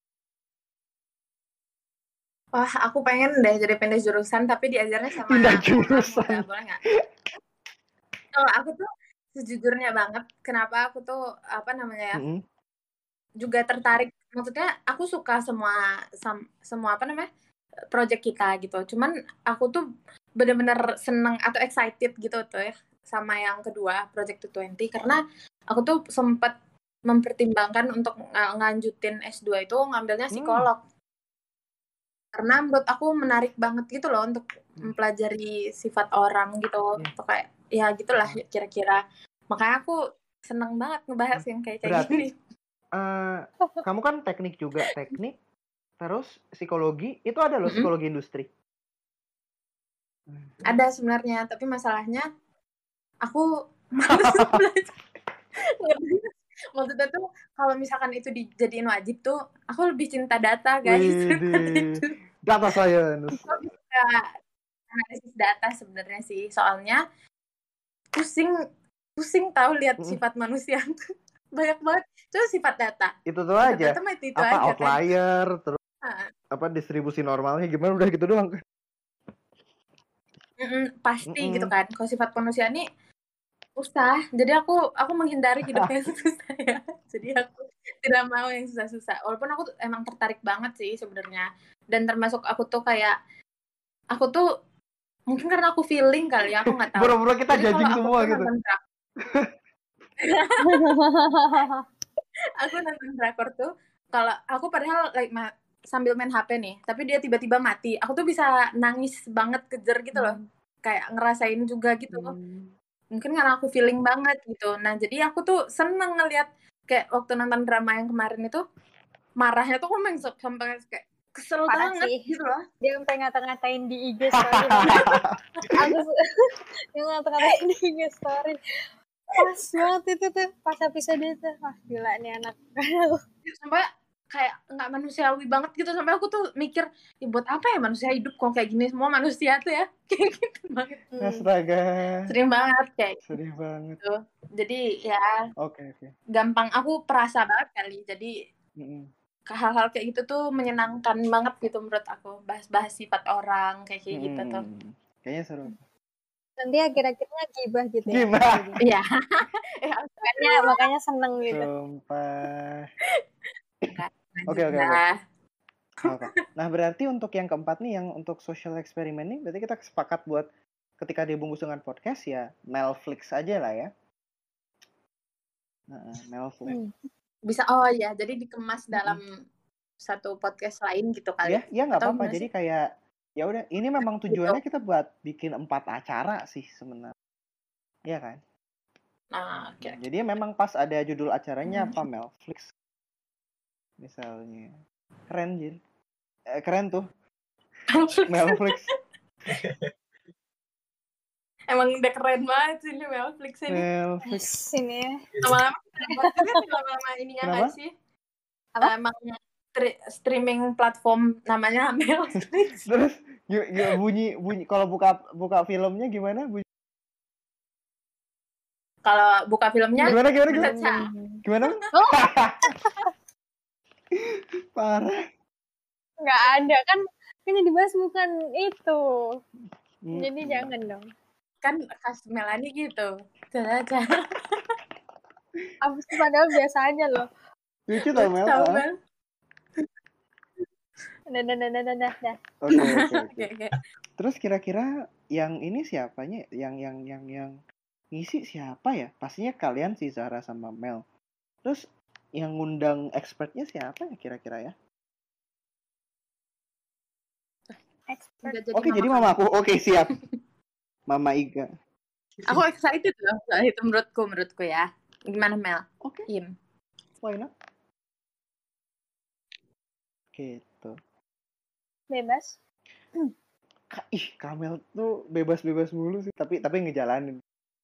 Wah, aku pengen deh jadi pindah jurusan tapi diajarnya sama Pindah orang jurusan. muda, boleh nggak? Kalau aku tuh sejujurnya banget, kenapa aku tuh apa namanya ya? Mm-hmm. Juga tertarik, maksudnya aku suka semua sam, semua apa namanya project kita gitu, cuman aku tuh bener-bener seneng atau excited gitu tuh ya sama yang kedua project dua puluh karena aku tuh sempat mempertimbangkan untuk ng- nganjutin S dua itu ngambilnya psikolog. Hmm. Karena menurut aku menarik banget gitu loh untuk mempelajari sifat orang gitu, Yeah. atau kayak ya gitulah kira-kira. Makanya aku seneng banget ngebahas yang kayak kayak Berarti, gini. Uh, kamu kan teknik juga, teknik, terus psikologi, itu ada loh, mm-hmm. psikologi industri. Ada sebenarnya, tapi masalahnya aku malas belajar. Maksudnya tuh kalau misalkan itu dijadiin wajib tuh, aku lebih cinta data guys. Data science. Aku bisa analisis data sebenarnya sih, soalnya pusing pusing tahu lihat hmm. sifat manusia tuh banyak banget. Itu sifat data. Itu tuh sifat aja. Data itu, itu apa aja, outlier, kan? Terus uh. apa distribusi normalnya gimana, udah gitu doang kan? Mm-mm, pasti Mm-mm. gitu kan. Kalau sifat manusia nih susah, jadi aku aku menghindari hidupnya susah ya. Jadi aku tidak mau yang susah-susah. Walaupun aku tuh emang tertarik banget sih sebenarnya. Dan termasuk aku tuh kayak aku tuh mungkin karena aku feeling kali ya, aku nggak tahu. Buru-buru kita jadi judging semua gitu. Aku nonton drakor tuh kalau aku padahal like ma- sambil main H P nih, tapi dia tiba-tiba mati. Aku tuh bisa nangis banget, kejer gitu loh. Hmm. Kayak ngerasain juga gitu loh. Hmm. Mungkin karena aku feeling banget gitu. Nah, jadi aku tuh seneng ngeliat kayak waktu nonton drama yang kemarin itu marahnya tuh aku sampai kayak kesel parah banget sih. Gitu loh. Dia sampai ngata-ngatain di I G story. Aku dia ngata-ngatain di I G story. Pas banget itu tuh, pas episode itu. Wah, gila nih anak. Sampai kayak nggak manusiawi banget gitu, sampai aku tuh mikir, ya buat apa ya manusia hidup kalau kayak gini, semua manusia tuh ya kayak gitu banget. Astaga. Sering banget kayak Sedih banget. Gitu. Jadi ya Oke, okay, oke. Okay. Gampang aku perasa banget kali. Jadi mm-hmm. hal-hal kayak gitu tuh menyenangkan banget gitu menurut aku, bahas-bahas sifat orang kayak kayak hmm. gitu tuh. Kayaknya seru. Nanti akhir-akhirnya gibah gitu ya. Gibah. Iya. makanya makanya seneng gitu. Sumpah. Oke oke oke. Nah, berarti untuk yang keempat nih, yang untuk social experiment nih, berarti kita sepakat buat ketika dibungkus dengan podcast ya Melflix aja lah ya. Nah, Melflix. Hmm. Bisa oh ya, jadi dikemas hmm. dalam satu podcast lain gitu kali. Ya, ya nggak apa-apa. Jadi kayak ya udah, ini memang tujuannya gitu. Kita buat bikin empat acara sih sebenarnya. Iya kan? Nah, oke. Okay. Jadi memang pas ada judul acaranya hmm. apa Melflix. Misalnya. Keren, Jin. Eh, keren tuh. Melflix. Emang udah keren banget sih ini Melflix ini. Melflix ini. Lama-lama lama-lama ininya nggak sih? Apa? Emang stri- streaming platform namanya Melflix. Terus y- y- bunyi bunyi kalau buka buka filmnya gimana? Bunyi Kalau buka filmnya gimana gimana gimana? Caca. Gimana? Oh, Parah. nggak ada kan? Kan yang dibahas bukan itu. Hmm. Jadi jangan dong. Kan khas Melani gitu. Caca. Apa sih, padahal biasa aja loh. Lucu tau Mel. Tahu Ah. Mel? Dah, dah, dah, dah, dah, dah, dah. Oke oke oke. Oke, oke. Terus kira-kira yang ini siapanya? Yang yang yang yang ngisi siapa ya? Pastinya kalian sih, Zahra sama Mel. Terus yang ngundang expertnya siapa ya kira-kira ya? Expert. Udah jadi Oke, mama jadi kamu. mama aku. Oke, siap. Mama Iga. Aku excited loh. Soal itu menurutku, menurutku ya. Gimana Mel? Oke, Im. why not? Gitu. Bebas. Ka- Ih, Kamel tuh bebas-bebas mulu sih, tapi tapi ngejalanin.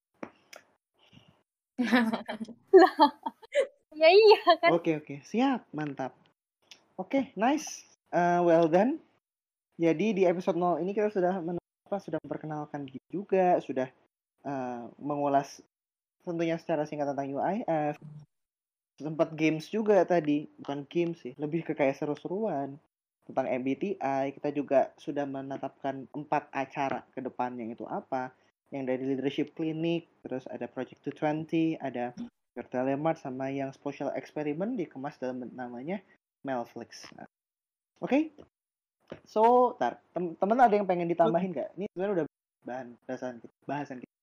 Ya iya kan. Oke, oke. Siap, mantap. Oke, nice. Uh, well done. Jadi di episode nol ini kita sudah men- apa, sudah memperkenalkan diri juga, sudah uh, mengulas tentunya secara singkat tentang U I F. Sempat games juga tadi, bukan games sih, lebih ke kayak seru-seruan tentang M B T I. Kita juga sudah menetapkan empat acara ke depannya itu apa. Yang dari leadership clinic, terus ada project dua puluh, ada Your Telemart, sama yang social experiment dikemas dalam namanya Melflix. Nah, oke, okay? So, tar, tem- temen ada yang pengen ditambahin nggak? Ini sebenarnya udah bahan bahasan kita. Bahasan kita.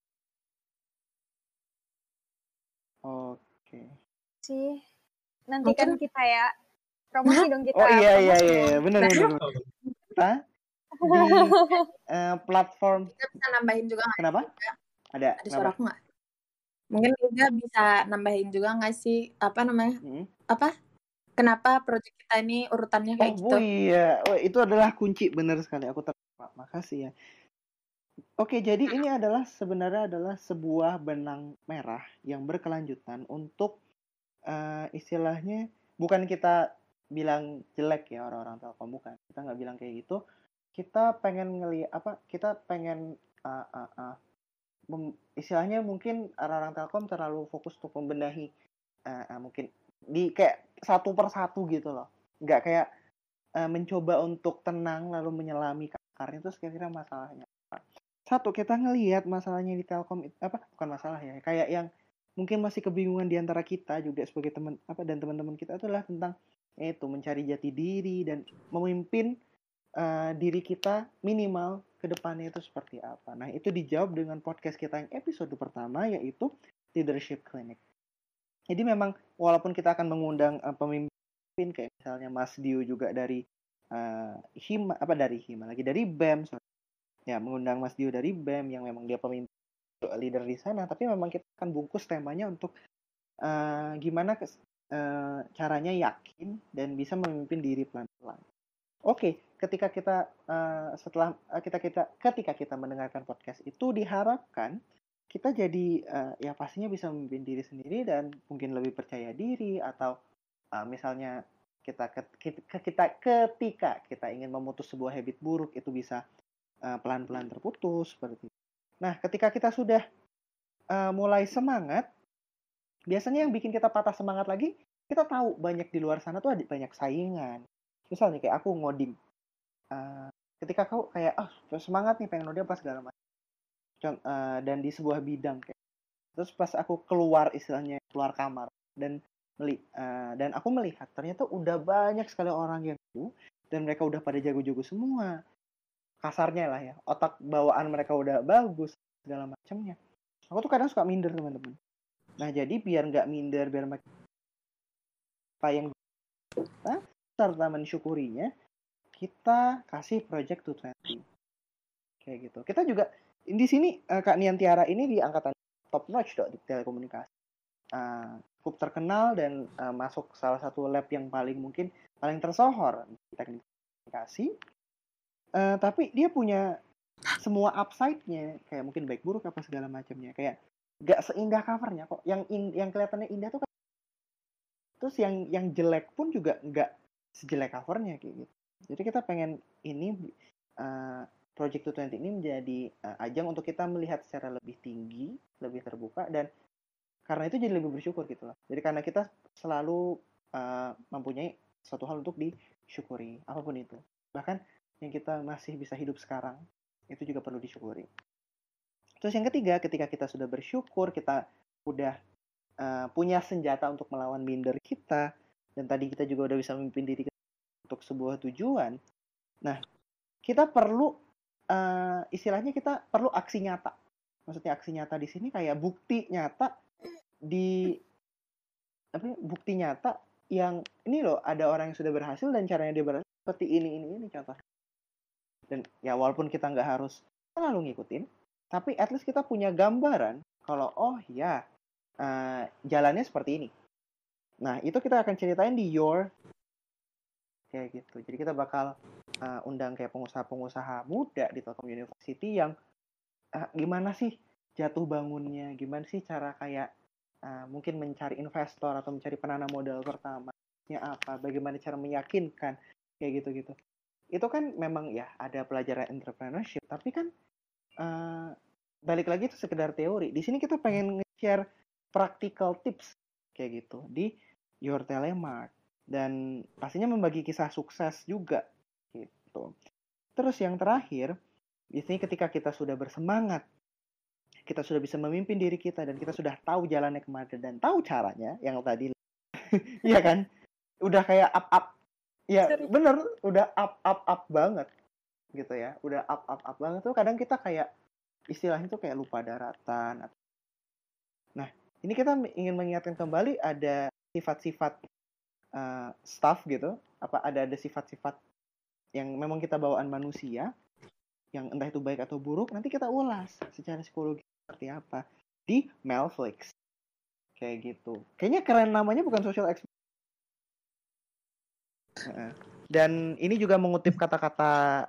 Oke. Okay. Sih. Nantikan kita ya. Promosi dong kita. Oh iya iya Promosi iya, dong. benar benar. Kita di uh, platform. Kita bisa nambahin juga nggak? Kenapa? Ada. Ada suara aku nggak? Mungkin juga bisa nambahin juga nggak sih? Apa namanya? Hmm? Apa? Kenapa project kita ini urutannya kayak Oh gitu? iya, oh, itu adalah kunci, benar sekali. Aku terima. Makasih ya. Oke, jadi ini adalah sebenarnya adalah sebuah benang merah yang berkelanjutan untuk uh, istilahnya, bukan kita bilang jelek ya orang-orang Telkom, bukan. Kita nggak bilang kayak gitu. Kita pengen ngelihat apa? Kita pengen uh, uh, uh, mem- istilahnya mungkin orang-orang Telkom terlalu fokus untuk membenahi uh, uh, mungkin di kayak satu persatu gitu loh, nggak kayak uh, mencoba untuk tenang lalu menyelami akarnya. Terus kira-kira masalahnya apa? Satu, kita ngelihat masalahnya di Telkom apa, bukan masalah ya, kayak yang mungkin masih kebingungan di antara kita juga sebagai teman apa dan teman-teman kita itulah tentang itu mencari jati diri dan memimpin uh, diri kita minimal ke depannya itu seperti apa. Nah, itu dijawab dengan podcast kita yang episode pertama, yaitu Leadership Clinic. Jadi memang walaupun kita akan mengundang uh, pemimpin kayak misalnya Mas Dio juga dari uh, Hima apa dari Hima lagi dari B E M, sorry. Ya, mengundang Mas Dio dari B E M yang memang dia pemimpin leader di sana, tapi memang kita akan bungkus temanya untuk uh, gimana kes, uh, caranya yakin dan bisa memimpin diri pelan-pelan. Oke, okay, ketika kita uh, setelah uh, kita kita ketika kita mendengarkan podcast itu diharapkan kita jadi uh, ya pastinya bisa memimpin diri sendiri dan mungkin lebih percaya diri, atau uh, misalnya kita, kita kita ketika kita ingin memutus sebuah habit buruk itu bisa uh, pelan-pelan terputus seperti itu. Nah, ketika kita sudah uh, mulai semangat, biasanya yang bikin kita patah semangat lagi, kita tahu banyak di luar sana tuh ada banyak saingan. Misalnya kayak aku ngoding, uh, ketika kau kayak ah oh, semangat nih pengen ngoding apa segala macam. Uh, dan di sebuah bidang kayak terus pas aku keluar istilahnya keluar kamar dan meli uh, dan aku melihat ternyata udah banyak sekali orang yang tuh dan mereka udah pada jago-jago semua, kasarnya lah ya, otak bawaan mereka udah bagus segala macamnya. Aku tuh kadang suka minder teman-teman. Nah, jadi biar nggak minder, biar makin apa yang kita serta mensyukurinya, kita kasih project dua puluh kayak gitu. Kita juga di sini uh, Kak Nian Tiara ini di angkatan top notch dok di telekomunikasi, uh, cukup terkenal dan uh, masuk salah satu lab yang paling mungkin paling tersohor di teknik komunikasi. Uh, tapi dia punya semua upside-nya, kayak mungkin baik buruk apa segala macamnya, kayak gak seindah covernya kok. Yang in, yang kelihatannya indah tuh kan. Terus yang yang jelek pun juga nggak sejelek covernya kayak gitu. Jadi kita pengen ini uh, Project dua puluh ini menjadi uh, ajang untuk kita melihat secara lebih tinggi, lebih terbuka, dan karena itu jadi lebih bersyukur gitu loh. Jadi karena kita selalu uh, mempunyai suatu hal untuk disyukuri, apapun itu. Bahkan yang kita masih bisa hidup sekarang, itu juga perlu disyukuri. Terus yang ketiga, ketika kita sudah bersyukur, kita udah uh, punya senjata untuk melawan minder kita, dan tadi kita juga udah bisa memimpin diri kita untuk sebuah tujuan. Nah, kita perlu uh, istilahnya kita perlu aksi nyata. Maksudnya aksi nyata di sini kayak bukti nyata di apa bukti nyata yang ini loh, ada orang yang sudah berhasil dan caranya dia berhasil seperti ini ini ini contohnya. Dan ya walaupun kita nggak harus selalu ngikutin, tapi at least kita punya gambaran kalau oh ya uh, jalannya seperti ini. Nah itu kita akan ceritain di Your kayak gitu. Jadi kita bakal uh, undang kayak pengusaha-pengusaha muda di Telkom University yang uh, gimana sih jatuh bangunnya, gimana sih cara kayak uh, mungkin mencari investor atau mencari penanam modal pertamanya apa, bagaimana cara meyakinkan kayak gitu-gitu. Itu kan memang ya ada pelajaran entrepreneurship, tapi kan uh, balik lagi itu sekedar teori. Di sini kita pengen nge-share practical tips kayak gitu di Your Telemart. Dan pastinya membagi kisah sukses juga gitu. Terus yang terakhir, biasanya ketika kita sudah bersemangat, kita sudah bisa memimpin diri kita dan kita sudah tahu jalannya kemana dan tahu caranya, yang tadi iya kan? Udah kayak up up. Ya, Sorry. bener, udah up up up banget gitu ya. Udah up up up banget tuh kadang kita kayak istilahnya tuh kayak lupa daratan. Nah, ini kita ingin mengingatkan kembali ada sifat-sifat Uh, staff gitu, apa ada ada sifat-sifat yang memang kita bawaan manusia, yang entah itu baik atau buruk, nanti kita ulas secara psikologi seperti apa di Melflix kayak gitu. Kayaknya keren namanya, bukan social experiment. Uh, dan ini juga mengutip kata-kata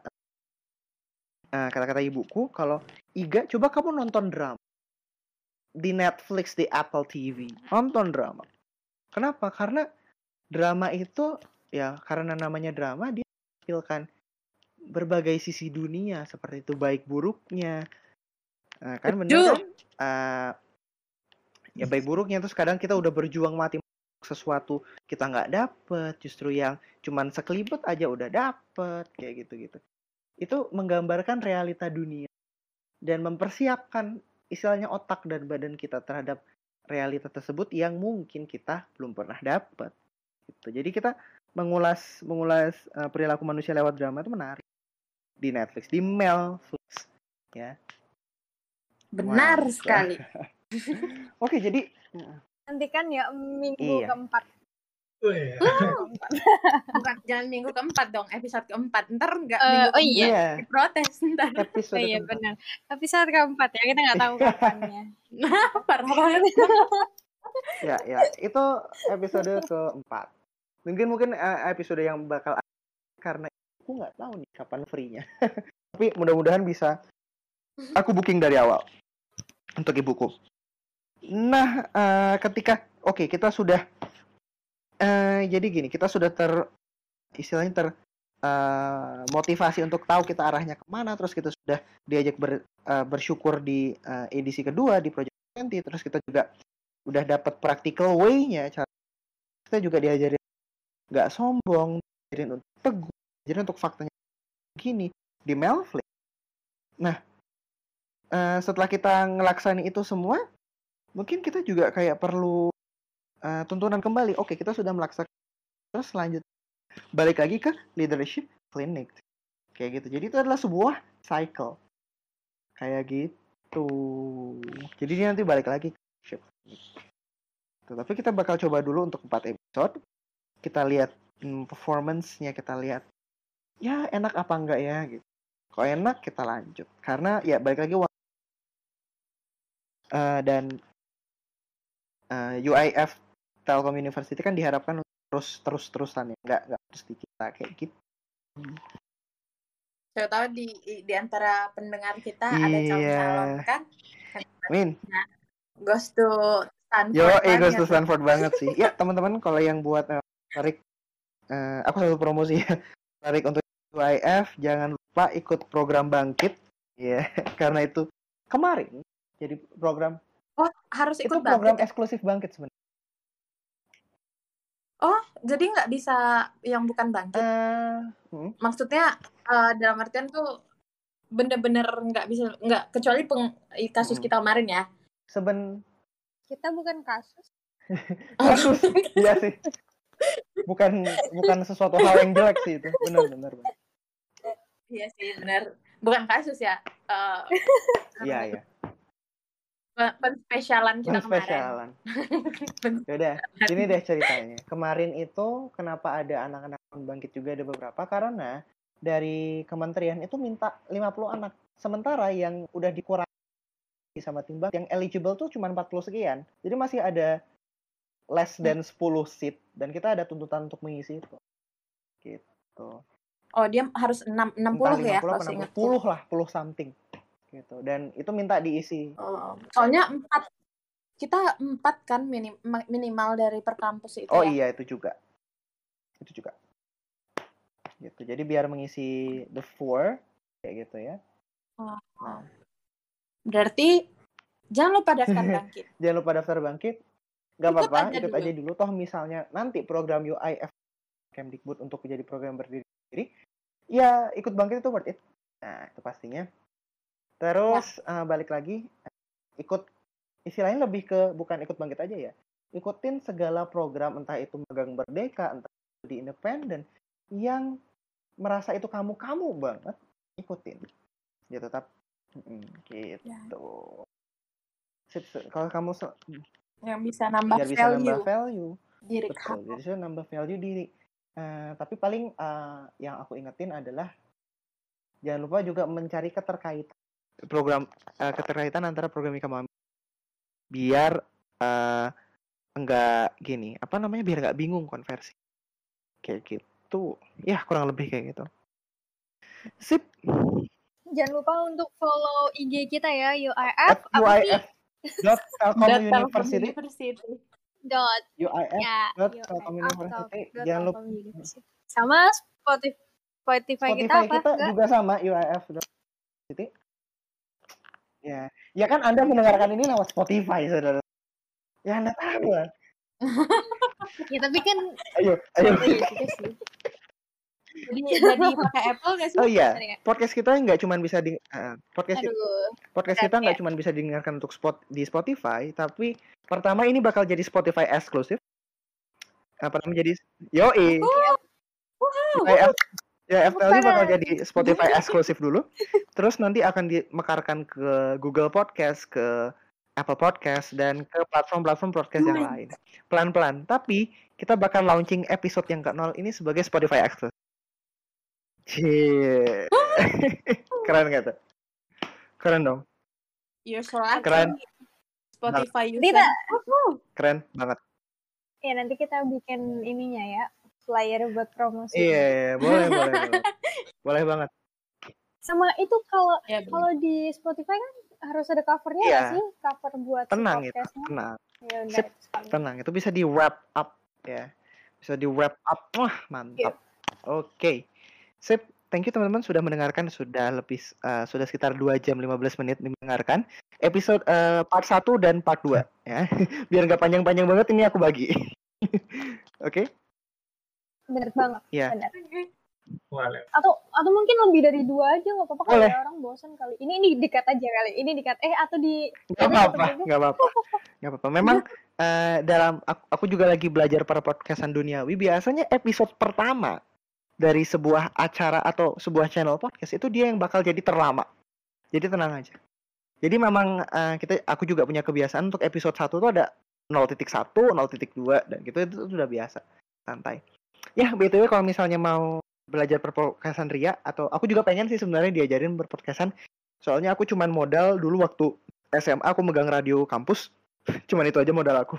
uh, kata-kata ibuku kalau Iga, coba kamu nonton drama di Netflix, di Apple T V, nonton drama. Kenapa? Karena drama itu ya karena namanya drama, dia menampilkan berbagai sisi dunia seperti itu, baik buruknya. Nah, kan bener kan? Uh, ya baik buruknya, terus kadang kita udah berjuang mati sesuatu kita nggak dapet, justru yang cuman sekelibet aja udah dapet kayak gitu-gitu. Itu menggambarkan realita dunia dan mempersiapkan istilahnya otak dan badan kita terhadap realita tersebut yang mungkin kita belum pernah dapet. Gitu. Jadi kita mengulas mengulas uh, perilaku manusia lewat drama itu menarik di Netflix, di Melflix ya. Benar Mantap. sekali. Oke, jadi nantikan ya minggu iya. keempat. Hmm. Bukan, jangan minggu keempat dong, episode keempat. Ntar enggak uh, minggu oh iya. keempat diprotes ntar. Episode oh, iya keempat. Benar. Episode keempat ya, kita nggak tahu kapannya. Nah, parah banget. ya, ya, itu episode keempat. Mungkin mungkin episode yang bakal karena aku nggak tahu nih kapan free-nya. Tapi mudah-mudahan bisa aku booking dari awal untuk ibuku. Nah, uh, ketika oke okay, kita sudah uh, jadi gini, kita sudah ter istilahnya ter uh, motivasi untuk tahu kita arahnya kemana. Terus kita sudah diajak ber, uh, bersyukur di uh, edisi kedua di Project dua puluh. Terus kita juga udah dapat practical way-nya. Kita juga diajarin nggak sombong, diajarin untuk teguh, diajarin untuk faktanya gini di Melflix. Nah, uh, setelah kita ngelaksani itu semua, mungkin kita juga kayak perlu uh, tuntunan kembali. Oke, kita sudah melaksanakan, terus lanjut balik lagi ke leadership clinic kayak gitu. Jadi itu adalah sebuah cycle kayak gitu. Jadi ini nanti balik lagi ke leadership clinic. Tapi kita bakal coba dulu untuk empat episode. Kita lihat hmm, performance-nya, kita lihat ya enak apa enggak ya gitu. Kalau enak kita lanjut. Karena ya balik lagi uh, dan uh, U I F Telkom University kan diharapkan terus terus terusan ya, nggak nggak terus di kita kayak gitu. Saya tahu di di antara pendengar kita iya. ada calon-calon kan. Amin. Nah, goes to Stanford. Yo, eh goes to Stanford banget sih. Ya teman-teman kalau yang buat uh, tarik uh, aku selalu promosi ya. Tarik untuk U I F, jangan lupa ikut program Bangkit ya, karena itu kemarin jadi program. Oh, harus ikut itu program Bangkit ya? eksklusif Bangkit sebenarnya. Oh, jadi nggak bisa yang bukan Bangkit? Uh, hmm. Maksudnya uh, dalam artian tuh bener-bener nggak bisa, nggak, kecuali peng, kasus hmm. kita kemarin ya. Seben. Kita bukan kasus. Kasus, iya sih. Bukan bukan sesuatu hal yang jelek sih itu, benar-benar. Iya sih, benar. Bukan kasus ya. Uh, iya iya. Penspesialan kita Penspesialan. kemarin. Yaudah, ini deh ceritanya. Kemarin itu kenapa ada anak-anak Bangkit juga, ada beberapa, karena dari kementerian itu minta lima puluh anak. Sementara yang udah dikurangi sama tim Bangkit, yang eligible tuh cuma empat puluh sekian. Jadi masih ada less than sepuluh seat, dan kita ada tuntutan untuk mengisi itu. Gitu. Oh, dia harus enam puluh ya? lima puluh atau enam puluh lah, puluh something. Gitu. Dan itu minta diisi. Oh, soalnya empat, kita empat kan minim, minimal dari per kampus itu. Oh ya? iya, itu juga. Itu juga. Gitu. Jadi biar mengisi the four kayak gitu ya. Oh. Nah. Berarti jangan lupa daftar Bangkit. Jangan lupa daftar Bangkit. Gak apa-apa, ikut dulu. aja dulu. Toh misalnya nanti program U I F Kemdikbud untuk menjadi program berdiri sendiri, ya ikut Bangkit itu worth it. Nah, itu pastinya. Terus ya. uh, balik lagi, ikut, istilahnya lebih ke bukan ikut Bangkit aja ya. Ikutin segala program, entah itu magang merdeka, entah di independen, yang merasa itu kamu-kamu banget, ikutin. Ya tetap, mm, gitu. Ya. Kalau kamu se- yang bisa nambah biar value, bisa nambah value. Diri betul, jadi bisa nambah value diri. Uh, tapi paling uh, yang aku ingetin adalah jangan lupa juga mencari keterkaitan program uh, keterkaitan antara program yang kamu ambil, biar uh, enggak gini, apa namanya, biar enggak bingung konversi kayak gitu ya, kurang lebih kayak gitu. Sip. Jangan lupa untuk follow I G kita ya, U I F U I F dot Telkom University dot U I F ya, dot Telkom University. Jangan lupa sama Spotify Spotify, Spotify kita apa? kita Enggak? juga sama U I F dot University. Ya, ya kan Anda mendengarkan ini lewat Spotify, saudara. Ya Anda tahu lah. Ya tapi kan ayo, ayo. Jadi jadi pakai Apple nggak sih? Oh iya, podcast kita nggak cuma bisa di uh, podcast Aduh, kita, podcast kita nggak ya. cuma bisa didengarkan untuk spot di Spotify, tapi pertama ini bakal jadi Spotify eksklusif. Apa namanya, jadi yoi. U I F ya F T L bakal jadi Spotify eksklusif dulu. Terus nanti akan dimekarkan ke Google Podcast, ke Apple Podcast, dan ke platform-platform podcast yang lain. Pelan-pelan. Tapi kita bakal launching episode yang ke nol ini sebagai Spotify eksklusif. Cie. Keren gak tuh? Keren dong. You're so lucky. Keren. Spotify user. Tidak. Keren banget. Ya nanti kita bikin ininya ya, flyer buat promosi. Iya, iya, boleh, boleh, boleh. Boleh banget. Sama itu kalau ya, kalau di Spotify kan harus ada covernya iya. Gak sih? Cover buat tenang si itu, tenang. Ya, udah, Sip, tenang. Itu bisa di wrap up ya. Bisa di wrap up. Wah, mantap. Oke. Okay. Sip, thank you teman-teman sudah mendengarkan, sudah lebih uh, sudah sekitar dua jam lima belas menit mendengarkan episode uh, part satu dan part dua ya. Biar enggak panjang-panjang banget ini aku bagi. Oke. Okay? Bener banget. Ya. Bener. Boleh. Atau atau mungkin lebih dari dua aja nggak apa-apa, kalau orang bosan kali. Ini ini dikat aja kali. Ini dikat eh atau di nggak apa-apa, nggak apa-apa. Nggak apa-apa. Memang uh, dalam aku, aku juga lagi belajar para podcastan duniawi, biasanya episode pertama dari sebuah acara atau sebuah channel podcast itu dia yang bakal jadi terlama. Jadi tenang aja. Jadi memang uh, kita aku juga punya kebiasaan untuk episode satu tuh ada nol titik satu, nol titik dua dan gitu, itu sudah biasa. Santai. Ya, B T W kalau misalnya mau belajar perpodcastan Ria, atau aku juga pengen sih sebenarnya diajarin berpodcastan. Soalnya aku cuman modal dulu waktu S M A aku megang radio kampus. Cuman itu aja modal aku.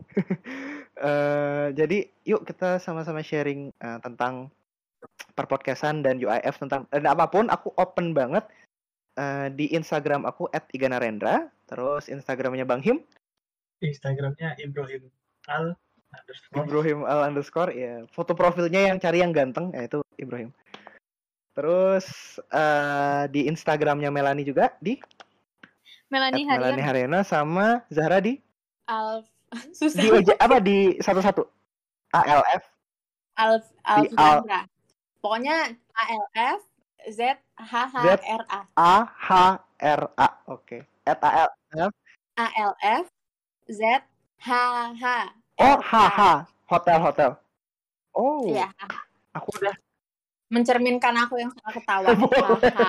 uh, jadi yuk kita sama-sama sharing uh, tentang perpodcastan dan U I F, tentang dan apapun. Aku open banget uh, di Instagram aku et iganarendra, terus Instagramnya Bang Him, Instagramnya Ibrahim Al underscore. Ibrahim Al underscore ya. Foto profilnya yang cari yang ganteng ya itu Ibrahim. Terus uh, di Instagramnya Melani juga di Melani Melani Haryono. Haryono sama Zahra di Alf susah. di eja, apa di satu-satu A L F Alf di Alf Al Zahra. Pokoknya A L F Z H H R A. A H R A. Oke. At A L F A L F Z H H. Oh, H H hotel hotel. Oh. Iya. Aku udah mencerminkan aku yang sangat ketawa. Haha.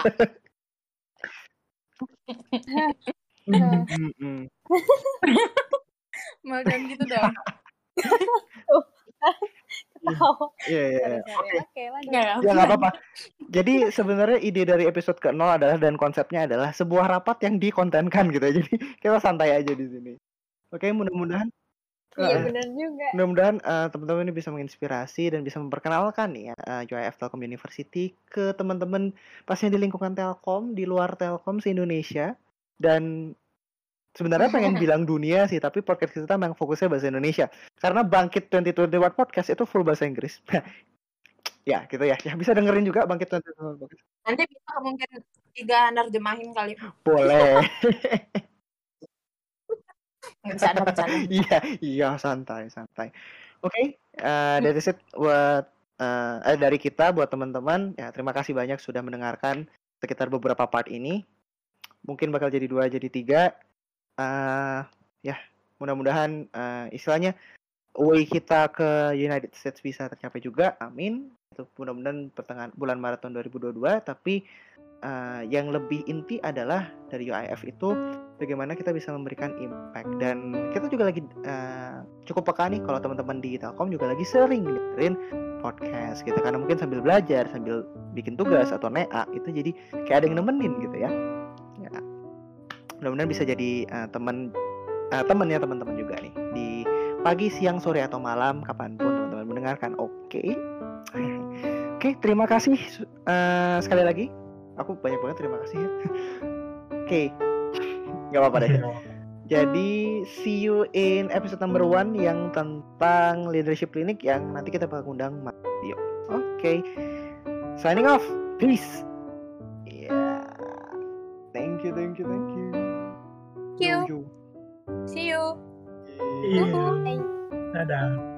Mau jangan gitu dong. Ketawa. Iya, iya. Oke. Oke, lanjut. Ya nggak apa-apa. Jadi sebenarnya ide dari episode ke nol adalah dan konsepnya adalah sebuah rapat yang dikontenkan gitu. Jadi kita santai aja di sini. Oke, mudah-mudahan Iya uh, benar juga. Mudah-mudahan uh, teman-teman ini bisa menginspirasi dan bisa memperkenalkan nih ya uh, U I F Telkom University ke teman-teman pastinya di lingkungan Telkom, di luar Telkom se-Indonesia. Dan sebenarnya pengen bilang dunia sih, tapi podcast kita memang fokusnya bahasa Indonesia. Karena Bangkit dua ribu dua puluh satu podcast itu full bahasa Inggris. Ya gitu ya. Ya bisa dengerin juga Bangkit dua ribu dua puluh satu podcast. Nanti bisa mungkin tiga nerjemahin kali. Boleh. Bercanda-bercanda. Iya, iya santai, santai. Oke, okay, uh, that's it buat uh, eh, dari kita buat teman-teman. Ya, terima kasih banyak sudah mendengarkan sekitar beberapa part ini. Mungkin bakal jadi dua, jadi tiga. Uh, ya, mudah-mudahan uh, istilahnya way kita ke United States bisa tercapai juga. Amin. Itu mudah-mudahan pertengahan bulan Maret tahun dua ribu dua puluh dua. Tapi uh, yang lebih inti adalah dari U I F itu bagaimana kita bisa memberikan impact. Dan kita juga lagi uh, cukup peka nih kalau teman-teman di Telkom juga lagi sering dengerin podcast gitu, karena mungkin sambil belajar, sambil bikin tugas atau N E A itu jadi kayak ada yang nemenin gitu ya. Ya. Mudah-mudahan bisa jadi uh, teman uh, temannya teman-teman juga nih di pagi, siang, sore atau malam kapanpun teman-teman mendengarkan. Oke. Okay. Oke, okay, terima kasih uh, sekali lagi. Aku banyak banget terima kasih ya. Oke. Okay. Gak apa-apa deh. Jadi see you in episode number one yang tentang leadership clinic yang nanti kita bakal undang Mas Dio. Oke. Okay. Signing off. Peace. Yeah. Thank you, thank you, thank you. Thank you. See you. Iya. Dadah.